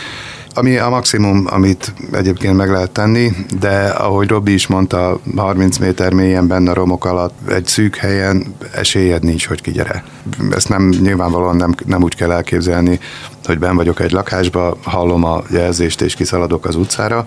Ami a maximum, amit egyébként meg lehet tenni, de ahogy Robi is mondta, harminc méter mélyen benne a romok alatt, egy szűk helyen esélyed nincs, hogy kigyere. Ezt nem, nyilvánvalóan nem, nem úgy kell elképzelni, hogy benn vagyok egy lakásba, hallom a jelzést és kiszaladok az utcára,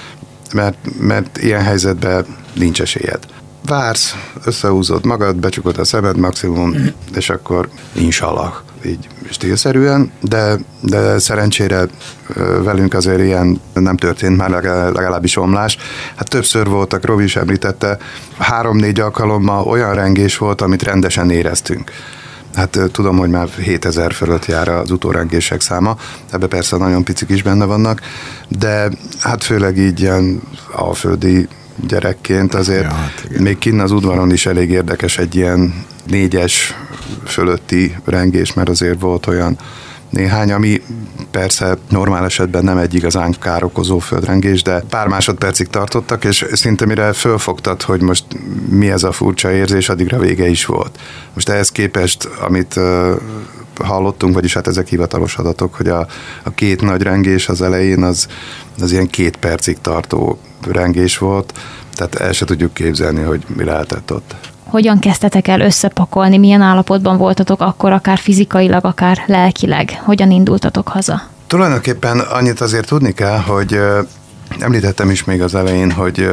mert, mert ilyen helyzetben nincs esélyed. Vársz, összehúzod magad, becsukod a szemed maximum, és akkor inshallah, így stílszerűen, de, de szerencsére velünk azért ilyen nem történt már, legalábbis omlás. Hát többször voltak, Robi is említette, három-négy alkalommal olyan rengés volt, amit rendesen éreztünk. Hát tudom, hogy már hétezer fölött jár az utórengések száma, ebbe persze nagyon picik is benne vannak, de hát főleg így ilyen alföldi gyerekként azért ja, hát még kinn az udvaron is elég érdekes egy ilyen négyes fölötti rengés, mert azért volt olyan néhány, ami persze normál esetben nem egy igazán károkozó földrengés, de pár másodpercig tartottak, és szinte mire fölfogtad, hogy most mi ez a furcsa érzés, addigra vége is volt. Most ehhez képest, amit uh, hallottunk, vagyis hát ezek hivatalos adatok, hogy a, a két nagy rengés az elején az, az ilyen két percig tartó rengés volt, tehát el se tudjuk képzelni, hogy mi lehetett ott. Hogyan kezdtetek el összepakolni, milyen állapotban voltatok akkor, akár fizikailag, akár lelkileg? Hogyan indultatok haza? Tulajdonképpen annyit azért tudni kell, hogy említettem is még az elején, hogy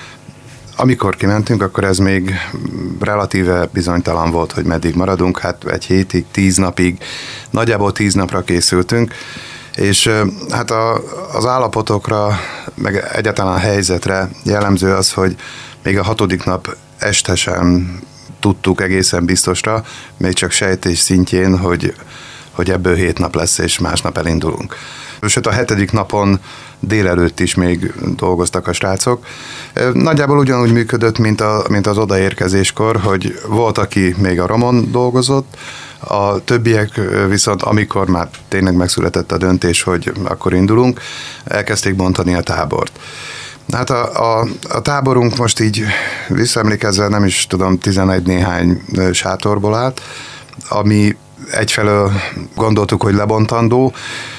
amikor kimentünk, akkor ez még relatíve bizonytalan volt, hogy meddig maradunk, hát egy hétig, tíz napig, nagyjából tíz napra készültünk, és hát a, az állapotokra, meg egyáltalán a helyzetre jellemző az, hogy még a hatodik nap este sem tudtuk egészen biztosra, még csak sejtés szintjén, hogy, hogy ebből hét nap lesz, és másnap elindulunk. Sőt, a hetedik napon délelőtt is még dolgoztak a srácok. Nagyjából ugyanúgy működött, mint, a, mint az odaérkezéskor, hogy volt, aki még a romon dolgozott, a többiek viszont, amikor már tényleg megszületett a döntés, hogy akkor indulunk, elkezdték bontani a tábort. Hát a, a, a táborunk most így visszaemlékezve, nem is tudom, tizenegy néhány sátorból állt, ami egyfelől gondoltuk, hogy lebontandó,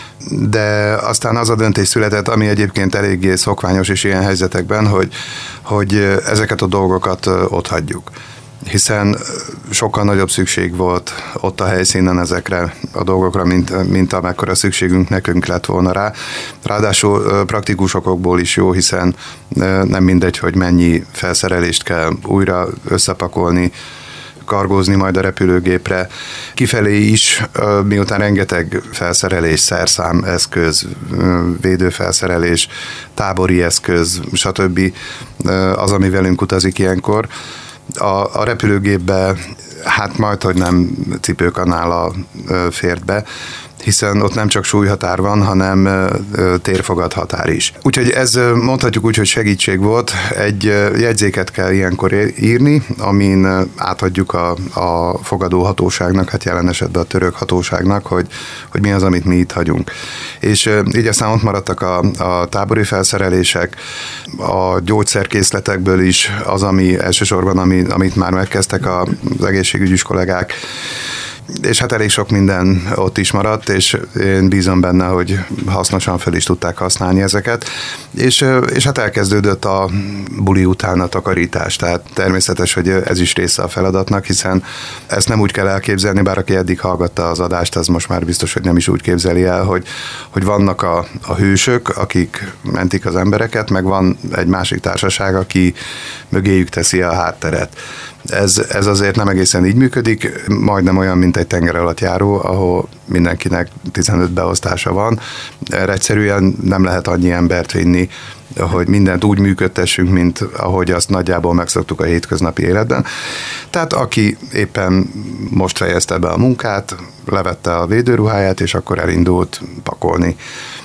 de aztán az a döntés született, ami egyébként eléggé szokványos is ilyen helyzetekben, hogy, hogy ezeket a dolgokat ott hagyjuk. hiszen sokkal nagyobb szükség volt ott a helyszínen ezekre a dolgokra, mint, mint amekkora szükségünk nekünk lett volna rá. Ráadásul praktikus okokból is jó, hiszen nem mindegy, hogy mennyi felszerelést kell újra összepakolni, kargózni majd a repülőgépre. Kifelé is, miután rengeteg felszerelés, szerszám, eszköz, védőfelszerelés, tábori eszköz, stb. Az, ami velünk utazik ilyenkor. A, a repülőgépbe hát majd, hogy nem cipőkanála fért be, hiszen ott nem csak súlyhatár van, hanem térfogathatár is. Úgyhogy ez mondhatjuk úgy, hogy segítség volt. Egy jegyzéket kell ilyenkor írni, amin átadjuk a, a fogadó hatóságnak, hát jelen esetben a török hatóságnak, hogy, hogy mi az, amit mi itt hagyunk. És így aztán ott maradtak a, a tábori felszerelések, a gyógyszerkészletekből is az, ami elsősorban, ami, amit már megkezdtek az egészségügyis kollégák, és hát elég sok minden ott is maradt, és én bízom benne, hogy hasznosan fel is tudták használni ezeket. És, és hát elkezdődött a buli után a takarítás, tehát természetes, hogy ez is része a feladatnak, hiszen ezt nem úgy kell elképzelni, bár aki eddig hallgatta az adást, az most már biztos, hogy nem is úgy képzeli el, hogy, hogy vannak a, a hősök, akik mentik az embereket, meg van egy másik társaság, aki mögéjük teszi a hátteret. Ez, ez azért nem egészen így működik, majdnem olyan, mint egy tenger alatt járó, ahol mindenkinek tizenöt beosztása van. Erre egyszerűen nem lehet annyi embert vinni, hogy mindent úgy működtessünk, mint ahogy azt nagyjából megszoktuk a hétköznapi életben. Tehát aki éppen most fejezte be a munkát, levette a védőruháját, és akkor elindult pakolni.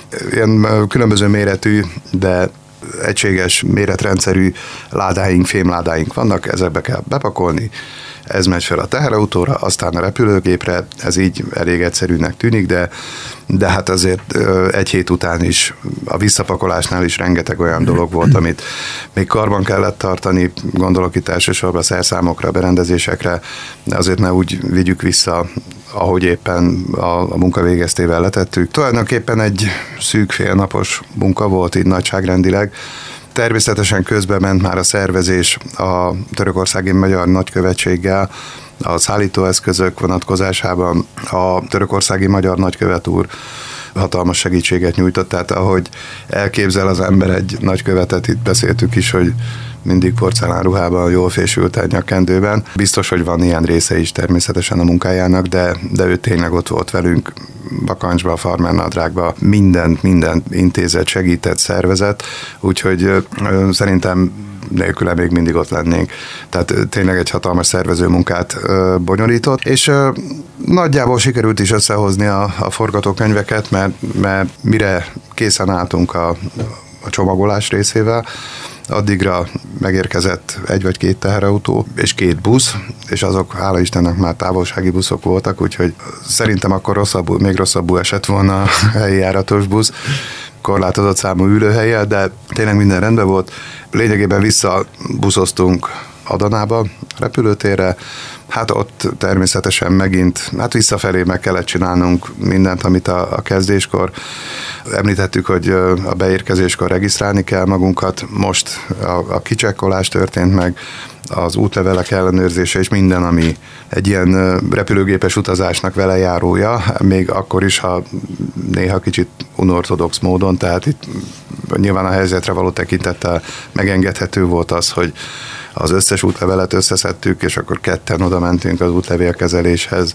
Ilyen különböző méretű, de egységes méretrendszerű ládáink, fémládáink vannak, ezekbe kell bepakolni, ez megy fel a teherautóra, aztán a repülőgépre, ez így elég egyszerűnek tűnik, de, de hát azért egy hét után is, a visszapakolásnál is rengeteg olyan dolog volt, amit még karban kellett tartani, gondolok itt elsősorban a szerszámokra, berendezésekre, de azért ne úgy vigyük vissza, ahogy éppen a, a munka végeztével letettük. Tulajdonképpen egy szűk félnapos munka volt így nagyságrendileg. Természetesen közben ment már a szervezés a törökországi magyar nagykövetséggel, a szállítóeszközök vonatkozásában a törökországi magyar nagykövet úr hatalmas segítséget nyújtott, tehát ahogy elképzel az ember egy nagykövetet, itt beszéltük is, hogy mindig porcelánruhában, jól fésült nyakkendőben. Biztos, hogy van ilyen része is természetesen a munkájának, de, de ő tényleg ott volt velünk, bakancsba, farmernadrágba, mindent, mindent intézet, segített, szervezett, úgyhogy ö, szerintem nélküle még mindig ott lennénk. Tehát tényleg egy hatalmas szervező munkát ö, bonyolított, és ö, nagyjából sikerült is összehozni a, a forgatókönyveket, mert, mert mire készen álltunk a, a csomagolás részével, addigra megérkezett egy vagy két teherautó és két busz, és azok hála Istennek már távolsági buszok voltak, úgyhogy szerintem akkor rosszabbul, még rosszabbul esett volna a helyi járatos busz, korlátozott számú ülőhellyel, de tényleg minden rendben volt. Lényegében visszabuszoztunk Adanába, repülőtérre, hát ott természetesen megint, hát visszafelé meg kellett csinálnunk mindent, amit a, a kezdéskor. Említettük, hogy a beérkezéskor regisztrálni kell magunkat, most a, a kicsekkolás történt meg, az útlevelek ellenőrzése és minden, ami egy ilyen repülőgépes utazásnak vele járója, még akkor is, ha néha kicsit unortodox módon, tehát itt nyilván a helyzetre való tekintettel megengedhető volt az, hogy az összes útlevelet összeszedtük, és akkor ketten oda mentünk az útlevélkezeléshez,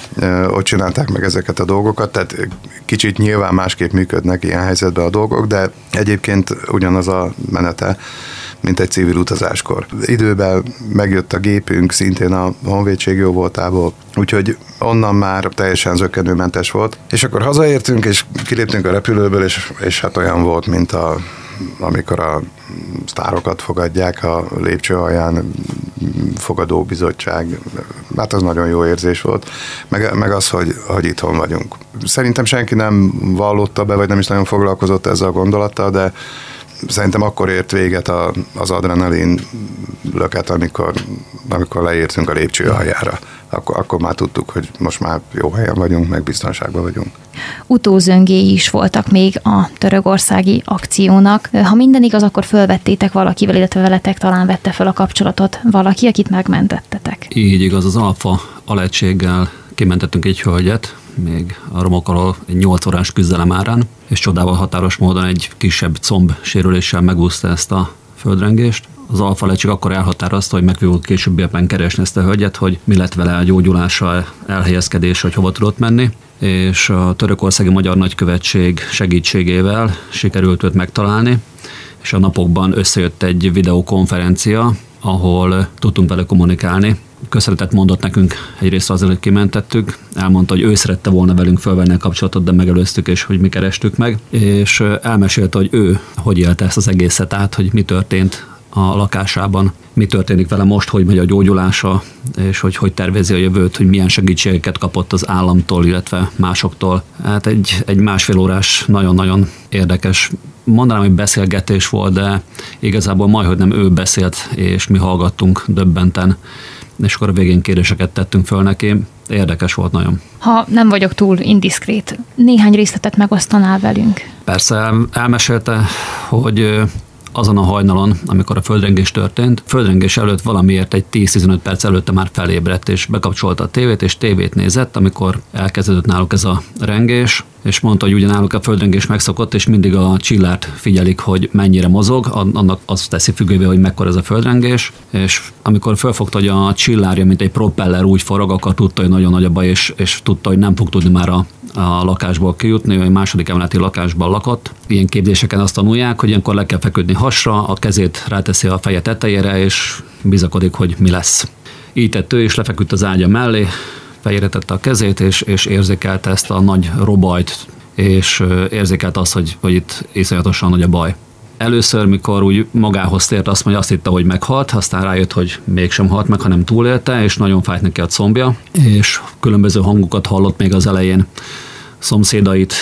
ott csinálták meg ezeket a dolgokat, tehát kicsit nyilván másképp működnek ilyen helyzetben a dolgok, de egyébként ugyanaz a menete, mint egy civil utazáskor. Időben megjött a gépünk, szintén a honvédség jó voltából, úgyhogy onnan már teljesen zökkenőmentes volt. És akkor hazaértünk, és kiléptünk a repülőből, és, és hát olyan volt, mint a, amikor a sztárokat fogadják a lépcső alján, fogadóbizottság. Hát az nagyon jó érzés volt. Meg, meg az, hogy, hogy itthon vagyunk. Szerintem senki nem vallotta be, vagy nem is nagyon foglalkozott ezzel a gondolattal, de szerintem akkor ért véget a, az adrenalin löket, amikor, amikor leértünk a lépcső aljára. Akkor, akkor már tudtuk, hogy most már jó helyen vagyunk, meg biztonságban vagyunk. Utózöngéi is voltak még a törökországi akciónak. Ha minden igaz, akkor fölvettétek valakivel, illetve veletek talán vette fel a kapcsolatot valaki, akit megmentettetek. Így igaz, az Alfa alegységgel kimentettünk egy hölgyet, még a romokkal egy nyolc órás küzdelem árán, és csodával határos módon egy kisebb comb sérüléssel megúszta ezt a földrengést. Az Alfa alegység akkor elhatározta, hogy meg fogjuk későbbiekben keresni ezt a hölgyet, hogy mi lett vele a gyógyulása, elhelyezkedés, hogy hova tudott menni, és a törökországi magyar nagykövetség segítségével sikerült őt megtalálni, és a napokban összejött egy videokonferencia, ahol tudtunk vele kommunikálni. Köszönetet mondott nekünk egyrészt azért, hogy kimentettük, elmondta, hogy ő szerette volna velünk felvenni a kapcsolatot, de megelőztük, és hogy mi kerestük meg, és elmesélte, hogy ő hogy élte ezt az egészet át, hogy mi történt a lakásában, mi történik vele most, hogy megy a gyógyulása, és hogy hogy tervezi a jövőt, hogy milyen segítségeket kapott az államtól, illetve másoktól. Hát egy, egy másfél órás, nagyon-nagyon érdekes, mondanám, hogy beszélgetés volt, de igazából majdhogy nem ő beszélt, és mi hallgattunk döbbenten, és akkor a végén kérdéseket tettünk föl neki. Érdekes volt nagyon. Ha nem vagyok túl indiszkrét, néhány részletet megosztanál velünk? Persze, elmesélte, hogy azon a hajnalon, amikor a földrengés történt, földrengés előtt valamiért egy tíz-tizenöt perc előtte már felébredt, és bekapcsolta a tévét, és tévét nézett, amikor elkezdődött náluk ez a rengés, és mondta, hogy ugyanáluk a földrengés megszokott, és mindig a csillárt figyelik, hogy mennyire mozog, annak azt teszi függővé, hogy mekkora ez a földrengés, és amikor felfogta, hogy a csillárja, mint egy propeller úgy forog, akkor tudta, hogy nagyon nagy a baj, és, és tudta, hogy nem fog tudni már a, a lakásból kijutni, hogy második emeleti lakásban lakott. Ilyen képzéseken azt tanulják, hogy ilyenkor le kell feküdni hasra, a kezét ráteszi a feje tetejére, és bizakodik, hogy mi lesz. Így tett ő, és lefeküdt az ágya mellé, fejére tette a kezét, és, és érzékelte ezt a nagy robajt, és érzékelte azt, hogy, hogy itt iszonyatosan nagy a baj. Először, mikor úgy magához tért, azt mondja, azt hitte, hogy meghalt, aztán rájött, hogy mégsem halt meg, hanem túlélte, és nagyon fájt neki a combja, és különböző hangokat hallott még az elején, szomszédait,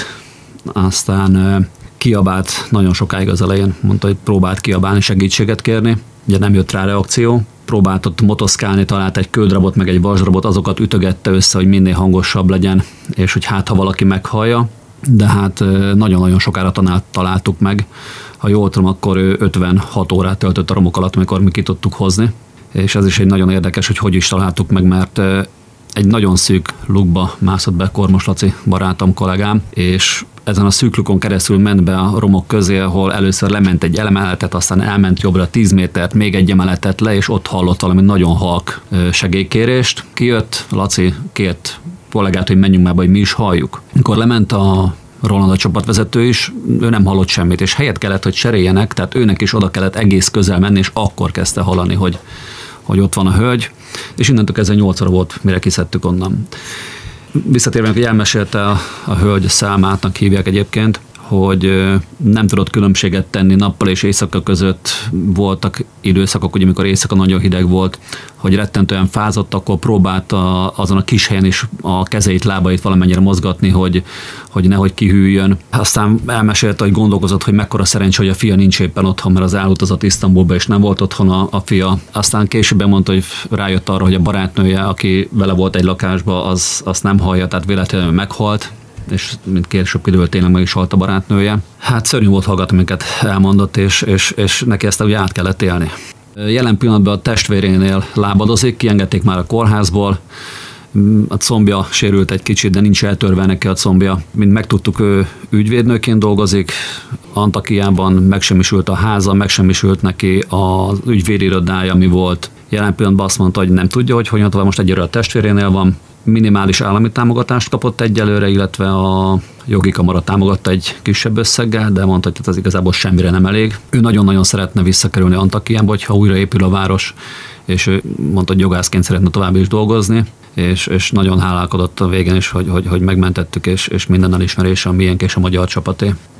aztán kiabált nagyon sokáig az elején, mondta, hogy próbált kiabálni, segítséget kérni, ugye nem jött rá reakció, próbált ott motoszkálni, talált egy kődrabot, meg egy vasdrabot, azokat ütögette össze, hogy minél hangosabb legyen, és hogy hát, ha valaki meghallja, de hát nagyon-nagyon sokára tanált, találtuk meg. Ha jól tudom, akkor ő ötvenhat órát töltött a romok alatt, amikor mi ki tudtuk hozni, és ez is egy nagyon érdekes, hogy hogy is találtuk meg, mert egy nagyon szűk lukba mászott be Kormos Laci barátom, kollégám, és ezen a szűk lukon keresztül ment be a romok közé, ahol először lement egy emeletet, aztán elment jobbra tíz métert, még egy emeletet le, és ott hallott valami nagyon halk segélykérést. Kijött, Laci kért kollégát, hogy menjünk már be, hogy mi is halljuk. Amikor lement a Roland, a csapatvezető is, ő nem hallott semmit, és helyet kellett, hogy cseréljenek, tehát őnek is oda kellett egész közel menni, és akkor kezdte hallani, hogy, hogy ott van a hölgy, és innentől kezdve nyolc óra volt, mire kiszedtük onnan. Visszatérve, hogy elmesélte a, a hölgy, Szálmátnak hívják egyébként, hogy nem tudott különbséget tenni nappal és éjszaka között. Voltak időszakok, ugye, amikor éjszaka nagyon hideg volt, hogy rettentően fázott, akkor próbálta azon a kis helyen is a kezeit, lábait valamennyire mozgatni, hogy, hogy nehogy kihűljön. Aztán elmesélte, hogy gondolkozott, hogy mekkora szerencsé, hogy a fia nincs éppen otthon, mert az elutazott Isztambulba, és nem volt otthon a, a fia. Aztán később mondta, hogy rájött arra, hogy a barátnője, aki vele volt egy lakásba, az, azt nem hallja, tehát véletlenül meghalt, és mint később kiderült, tényleg meg is halt a barátnője. Hát szörnyű volt hallgatni, amiket elmondott, és, és, és neki ezt ugye át kellett élni. Jelen pillanatban a testvérénél lábadozik, kiengedték már a kórházból, a combja sérült egy kicsit, de nincs eltörve neki a combja. Mint megtudtuk, ő ügyvédnőként dolgozik, Antakyában megsemmisült a háza, megsemmisült neki az ügyvédirodája, ami volt. Jelen pillanatban azt mondta, hogy nem tudja, hogy hogyan tovább, most egyelőre a testvérénél van. Minimális állami támogatást kapott egyelőre, illetve a jogi kamara támogatta egy kisebb összeggel, de mondta, hogy ez igazából semmire nem elég. Ő nagyon-nagyon szeretne visszakerülni Antakyába, hogyha újra épül a város, és ő mondta, hogy jogászként szeretne tovább is dolgozni, és, és nagyon hálálkodott a végén is, hogy, hogy, hogy megmentettük, és, és minden elismerés a miénk és a magyar csapaté.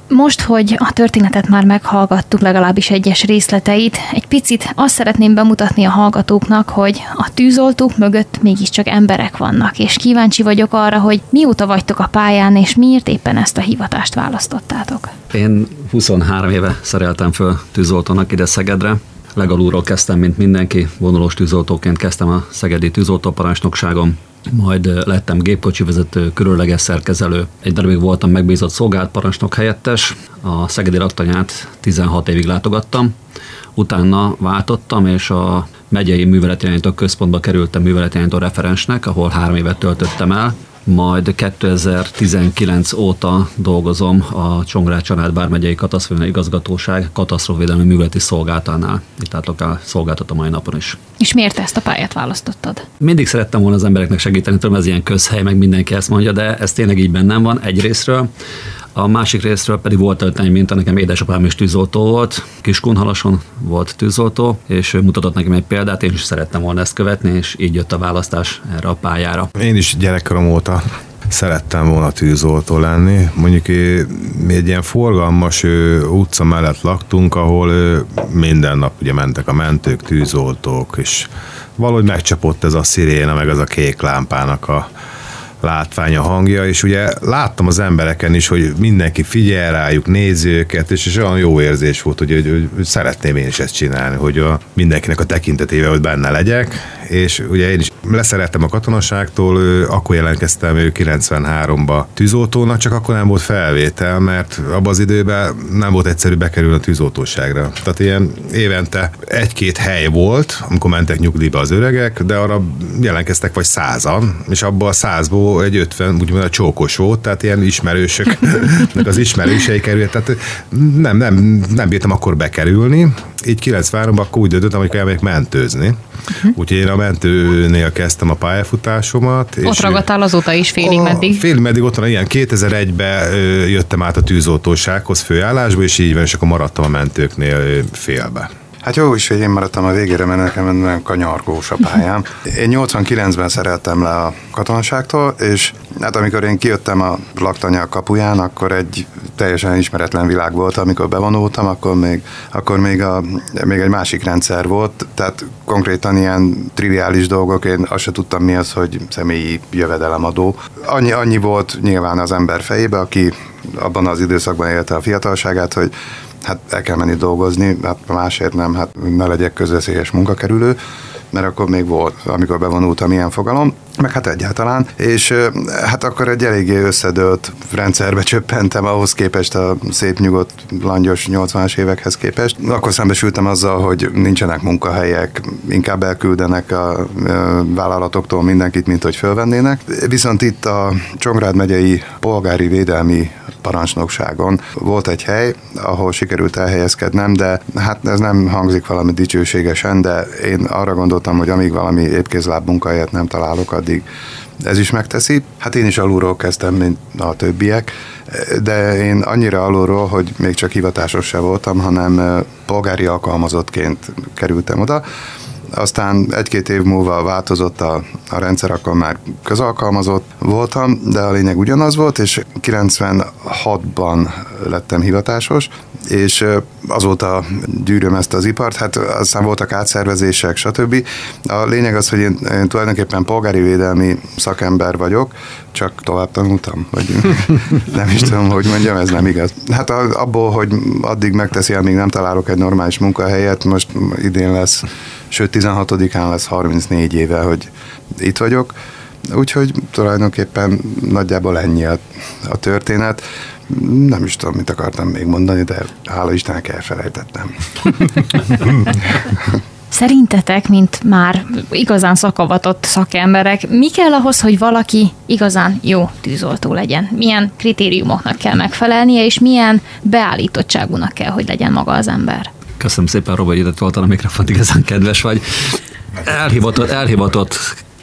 Most, hogy a történetet már meghallgattuk, legalábbis egyes részleteit, egy picit azt szeretném bemutatni a hallgatóknak, hogy a tűzoltók mögött mégiscsak emberek vannak, és kíváncsi vagyok arra, hogy mióta vagytok a pályán, és miért éppen ezt a hivatást választottátok. Én huszonhárom éve szereltem föl tűzoltónak ide Szegedre. Legalulról kezdtem, mint mindenki, vonulós tűzoltóként kezdtem a szegedi tűzoltóparancsnokságon, majd lettem gépkocsivezető, különleges szerkezelő. Egy darabig voltam megbízott szolgált parancsnok helyettes, a szegedi laktanyát tizenhat évig látogattam, utána váltottam, és a megyei műveletirányító központba kerültem műveletirányító referensnek, ahol három évet töltöttem el, majd kétezer-tizenkilenc óta dolgozom a Csongrád Csanád vármegyei katasztrófavédelmi igazgatóság katasztrófavédelmi műveleti szolgálatánál. Itt álltok el szolgáltat a mai napon is. És miért ezt a pályát választottad? Mindig szerettem volna az embereknek segíteni, tudom, ez ilyen közhely, meg mindenki ezt mondja, de ez tényleg így bennem van egy részről. A másik részről pedig volt előttem, mint nekem édesapám is tűzoltó volt, Kiskunhalason volt tűzoltó, és ő mutatott nekem egy példát, én is szerettem volna ezt követni, és így jött a választás erre a pályára. Én is gyerekkorom óta szerettem volna tűzoltó lenni. Mondjuk mi egy ilyen forgalmas ö, utca mellett laktunk, ö, minden nap ugye mentek a mentők, tűzoltók, és valahogy megcsapott ez a sziréna, meg az a kék lámpának a látványa, hangja, és ugye láttam az embereken is, hogy mindenki figyel rájuk, nézi őket, és, és olyan jó érzés volt, hogy, hogy, hogy szeretném én is ezt csinálni, hogy a, mindenkinek a tekintetével, hogy benne legyek, és ugye én is leszerettem a katonaságtól, akkor jelentkeztem kilencvenháromba tűzoltónak, csak akkor nem volt felvétel, mert abban az időben nem volt egyszerű bekerülni a tűzoltóságra. Tehát ilyen évente egy-két hely volt, amikor mentek nyugdíjba az öregek, de arra jelentkeztek vagy százan, és abban a százból egy ötven, úgymond a csókos volt, tehát ilyen ismerősöknek az ismerősei került, tehát nem, nem, nem bírtam akkor bekerülni, így kilencvenháromban akkor úgy döntöttem, hogy elmegyek mentőzni. Uh-huh. Úgyhogy én a mentőnél kezdtem a pályafutásomat. Ott és ragadtál azóta is félig meddig? Félig meddig ott van, ilyen kétezer-egyben jöttem át a tűzoltósághoz főállásba, és így van, és akkor maradtam a mentőknél félbe. Hát jó is, hogy én maradtam a végére, mert nekem nagyon kanyargós a pályám. Én nyolcvankilencben szereltem le a katonaságtól, és hát amikor én kijöttem a laktanya kapuján, akkor egy teljesen ismeretlen világ volt, amikor bevonultam, akkor még, akkor még, a, még egy másik rendszer volt, tehát konkrétan ilyen triviális dolgok, én azt se tudtam mi az, hogy személyi jövedelemadó. Annyi, annyi volt nyilván az ember fejébe, aki abban az időszakban élte a fiatalságát, hogy hát el kell menni dolgozni, hát másért nem, hát ne legyek közveszélyes munkakerülő, mert akkor még volt, amikor bevonultam ilyen fogalom, meg hát egyáltalán, és hát akkor egy eléggé összedőlt rendszerbe csöppentem ahhoz képest, a szép nyugodt, langyos nyolcvanas évekhez képest. Akkor szembesültem azzal, hogy nincsenek munkahelyek, inkább elküldenek a vállalatoktól mindenkit, mint hogy fölvennének. Viszont itt a Csongrád megyei polgári védelmi parancsnokságon volt egy hely, ahol sikerült elhelyezkednem, de hát ez nem hangzik valami dicsőségesen, de én arra gondoltam, hogy amíg valami épkézláb munkahelyet nem találok, addig ez is megteszi. Hát én is alulról kezdtem, mint a többiek, de én annyira alulról, hogy még csak hivatásos se voltam, hanem polgári alkalmazottként kerültem oda. Aztán egy-két év múlva változott a, a rendszer, akkor már közalkalmazott voltam, de a lényeg ugyanaz volt, és kilencvenhatban lettem hivatásos, és azóta gyűröm ezt az ipart, hát aztán voltak átszervezések, stb. A lényeg az, hogy én, én tulajdonképpen polgári védelmi szakember vagyok, csak tovább tanultam, vagy nem is tudom, hogy mondjam, ez nem igaz. Hát abból, hogy addig megteszi, amíg nem találok egy normális munkahelyet, most idén lesz, sőt tizenhatodikán lesz harmincnégy éve, hogy itt vagyok, úgyhogy tulajdonképpen nagyjából ennyi a, a történet. Nem is tudom, mit akartam még mondani, de hála Istennek elfelejtettem. Szerintetek, mint már igazán szakavatott szakemberek, mi kell ahhoz, hogy valaki igazán jó tűzoltó legyen? Milyen kritériumoknak kell megfelelnie, és milyen beállítottságúnak kell, hogy legyen maga az ember? Köszönöm szépen, Robi, hogy ide toltad a mikrofont, igazán kedves vagy. Elhivatott, elhivatott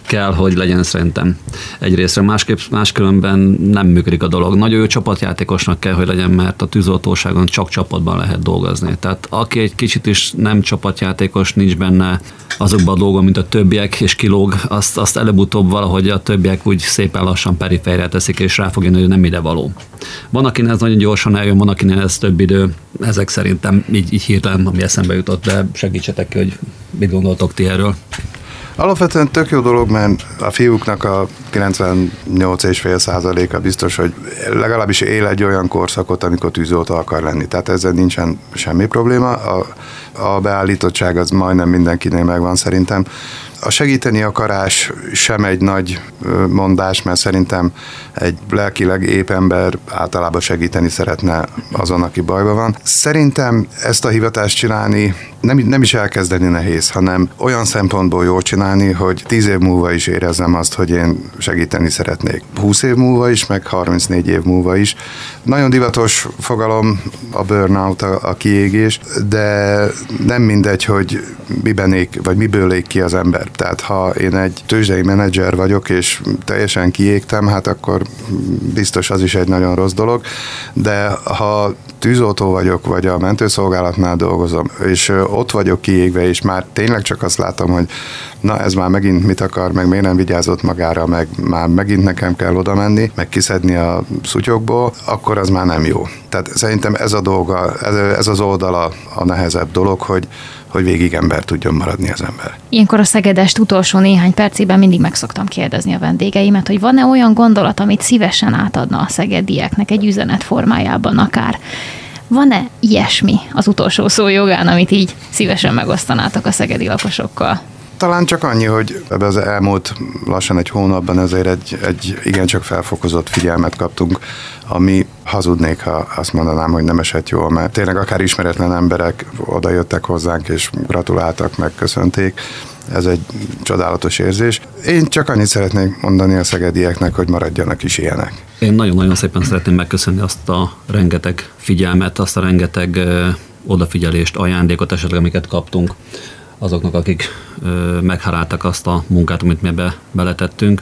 kell, hogy legyen szerintem egyrésztre. Másképp, máskülönben nem működik a dolog. Nagyon jó csapatjátékosnak kell, hogy legyen, mert a tűzoltóságon csak csapatban lehet dolgozni. Tehát aki egy kicsit is nem csapatjátékos, nincs benne azokban a dolgokban, mint a többiek, és kilóg, azt, azt előbb-utóbb valahogy a többiek úgy szépen lassan perifériára teszik, és rá fog jönni, hogy nem ide való. Van, akinek ez nagyon gyorsan eljön, van, akinek ez több idő. Ezek szerintem így, így hirtelen, ami eszembe jutott, de segítsetek ki, hogy mit gondoltok ti erről. Alapvetően tök jó dolog, mert a fiúknak a kilencvennyolc egész öt százaléka biztos, hogy legalábbis él egy olyan korszakot, amikor tűzoltó akar lenni. Tehát ezzel nincsen semmi probléma. A, a beállítottság az majdnem mindenkinél megvan szerintem. A segíteni akarás sem egy nagy mondás, mert szerintem egy lelkileg ép ember általában segíteni szeretne azon, aki bajban van. Szerintem ezt a hivatást csinálni nem, nem is elkezdeni nehéz, hanem olyan szempontból jól csinálni, hogy tíz év múlva is érezzem azt, hogy én segíteni szeretnék. húsz év múlva is, meg harmincnégy év múlva is. Nagyon divatos fogalom a burnout, a, a kiégés, de nem mindegy, hogy miben ég, vagy miből ég ki az ember. Tehát ha én egy tőzsdei menedzser vagyok, és teljesen kiégtem, hát akkor biztos az is egy nagyon rossz dolog, de ha tűzoltó vagyok, vagy a mentőszolgálatnál dolgozom, és ott vagyok kiégve, és már tényleg csak azt látom, hogy na ez már megint mit akar, meg miért nem vigyázott magára, meg már megint nekem kell oda menni, meg kiszedni a szutyokból, akkor az már nem jó. Tehát szerintem ez a dolga, ez, ez az oldala a nehezebb dolog, hogy hogy végig ember tudjon maradni az ember. Ilyenkor a Szegedest utolsó néhány percében mindig meg szoktam kérdezni a vendégeimet, hogy van-e olyan gondolat, amit szívesen átadna a szegedieknek egy üzenet formájában akár. Van-e ilyesmi az utolsó szó jogán, amit így szívesen megosztanátok a szegedi lakosokkal? Talán csak annyi, hogy ebben az elmúlt lassan egy hónapban ezért egy, egy igencsak felfokozott figyelmet kaptunk, ami hazudnék, ha azt mondanám, hogy nem esett jól, mert tényleg akár ismeretlen emberek oda jöttek hozzánk, és gratuláltak, megköszönték. Ez egy csodálatos érzés. Én csak annyit szeretnék mondani a szegedieknek, hogy maradjanak is ilyenek. Én nagyon-nagyon szépen szeretném megköszönni azt a rengeteg figyelmet, azt a rengeteg ö, odafigyelést, ajándékot esetleg, amiket kaptunk azoknak, akik ö, megharáltak azt a munkát, amit mi ebbe beletettünk,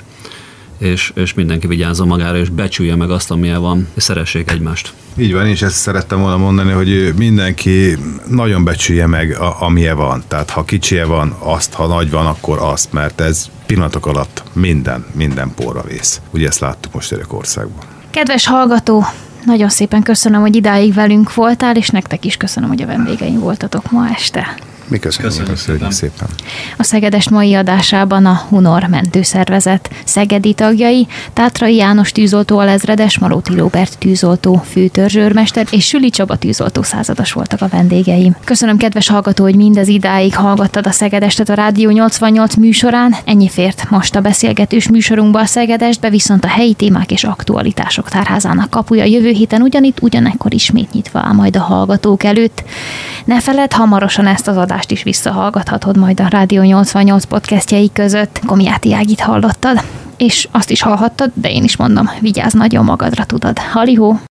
és, és mindenki vigyázzon magára, és becsülje meg azt, amilyen van, és szeressék egymást. Így van, és ezt szerettem volna mondani, hogy mindenki nagyon becsülje meg, a, amilyen van. Tehát ha kicsie van, azt, ha nagy van, akkor azt, mert ez pillanatok alatt minden, minden porra vész. Ugye ezt láttuk most Törökországban. Kedves hallgató, nagyon szépen köszönöm, hogy idáig velünk voltál, és nektek is köszönöm, hogy a vendégeim voltatok ma este. Mi köszönjük. Köszönjük, köszönjük szépen. A Szegedest mai adásában a Hunor mentőszervezet szegedi tagjai, Tátrai János tűzoltó alezredes, Malóti Róbert tűzoltó főtörzsőrmester és Süli Csaba tűzoltó százados voltak a vendégeim. Köszönöm, kedves hallgató, hogy mindez idáig hallgattad a Szegedestet a Rádió nyolcvannyolc műsorán. Ennyi fért most a beszélgetős műsorunkba a Szegedestbe, viszont a helyi témák és aktualitások tárházának kapuja jövő héten ugyanitt, ugyanekkor ismét nyitva áll majd a hallgatók előtt. Ne feledd, hamarosan ezt az adást is visszahallgathatod majd a Rádió nyolcvannyolc podcastjai között. Komjáti Ágit hallottad, és azt is hallhattad, de én is mondom, vigyázz nagyon magadra, tudod. Halihó!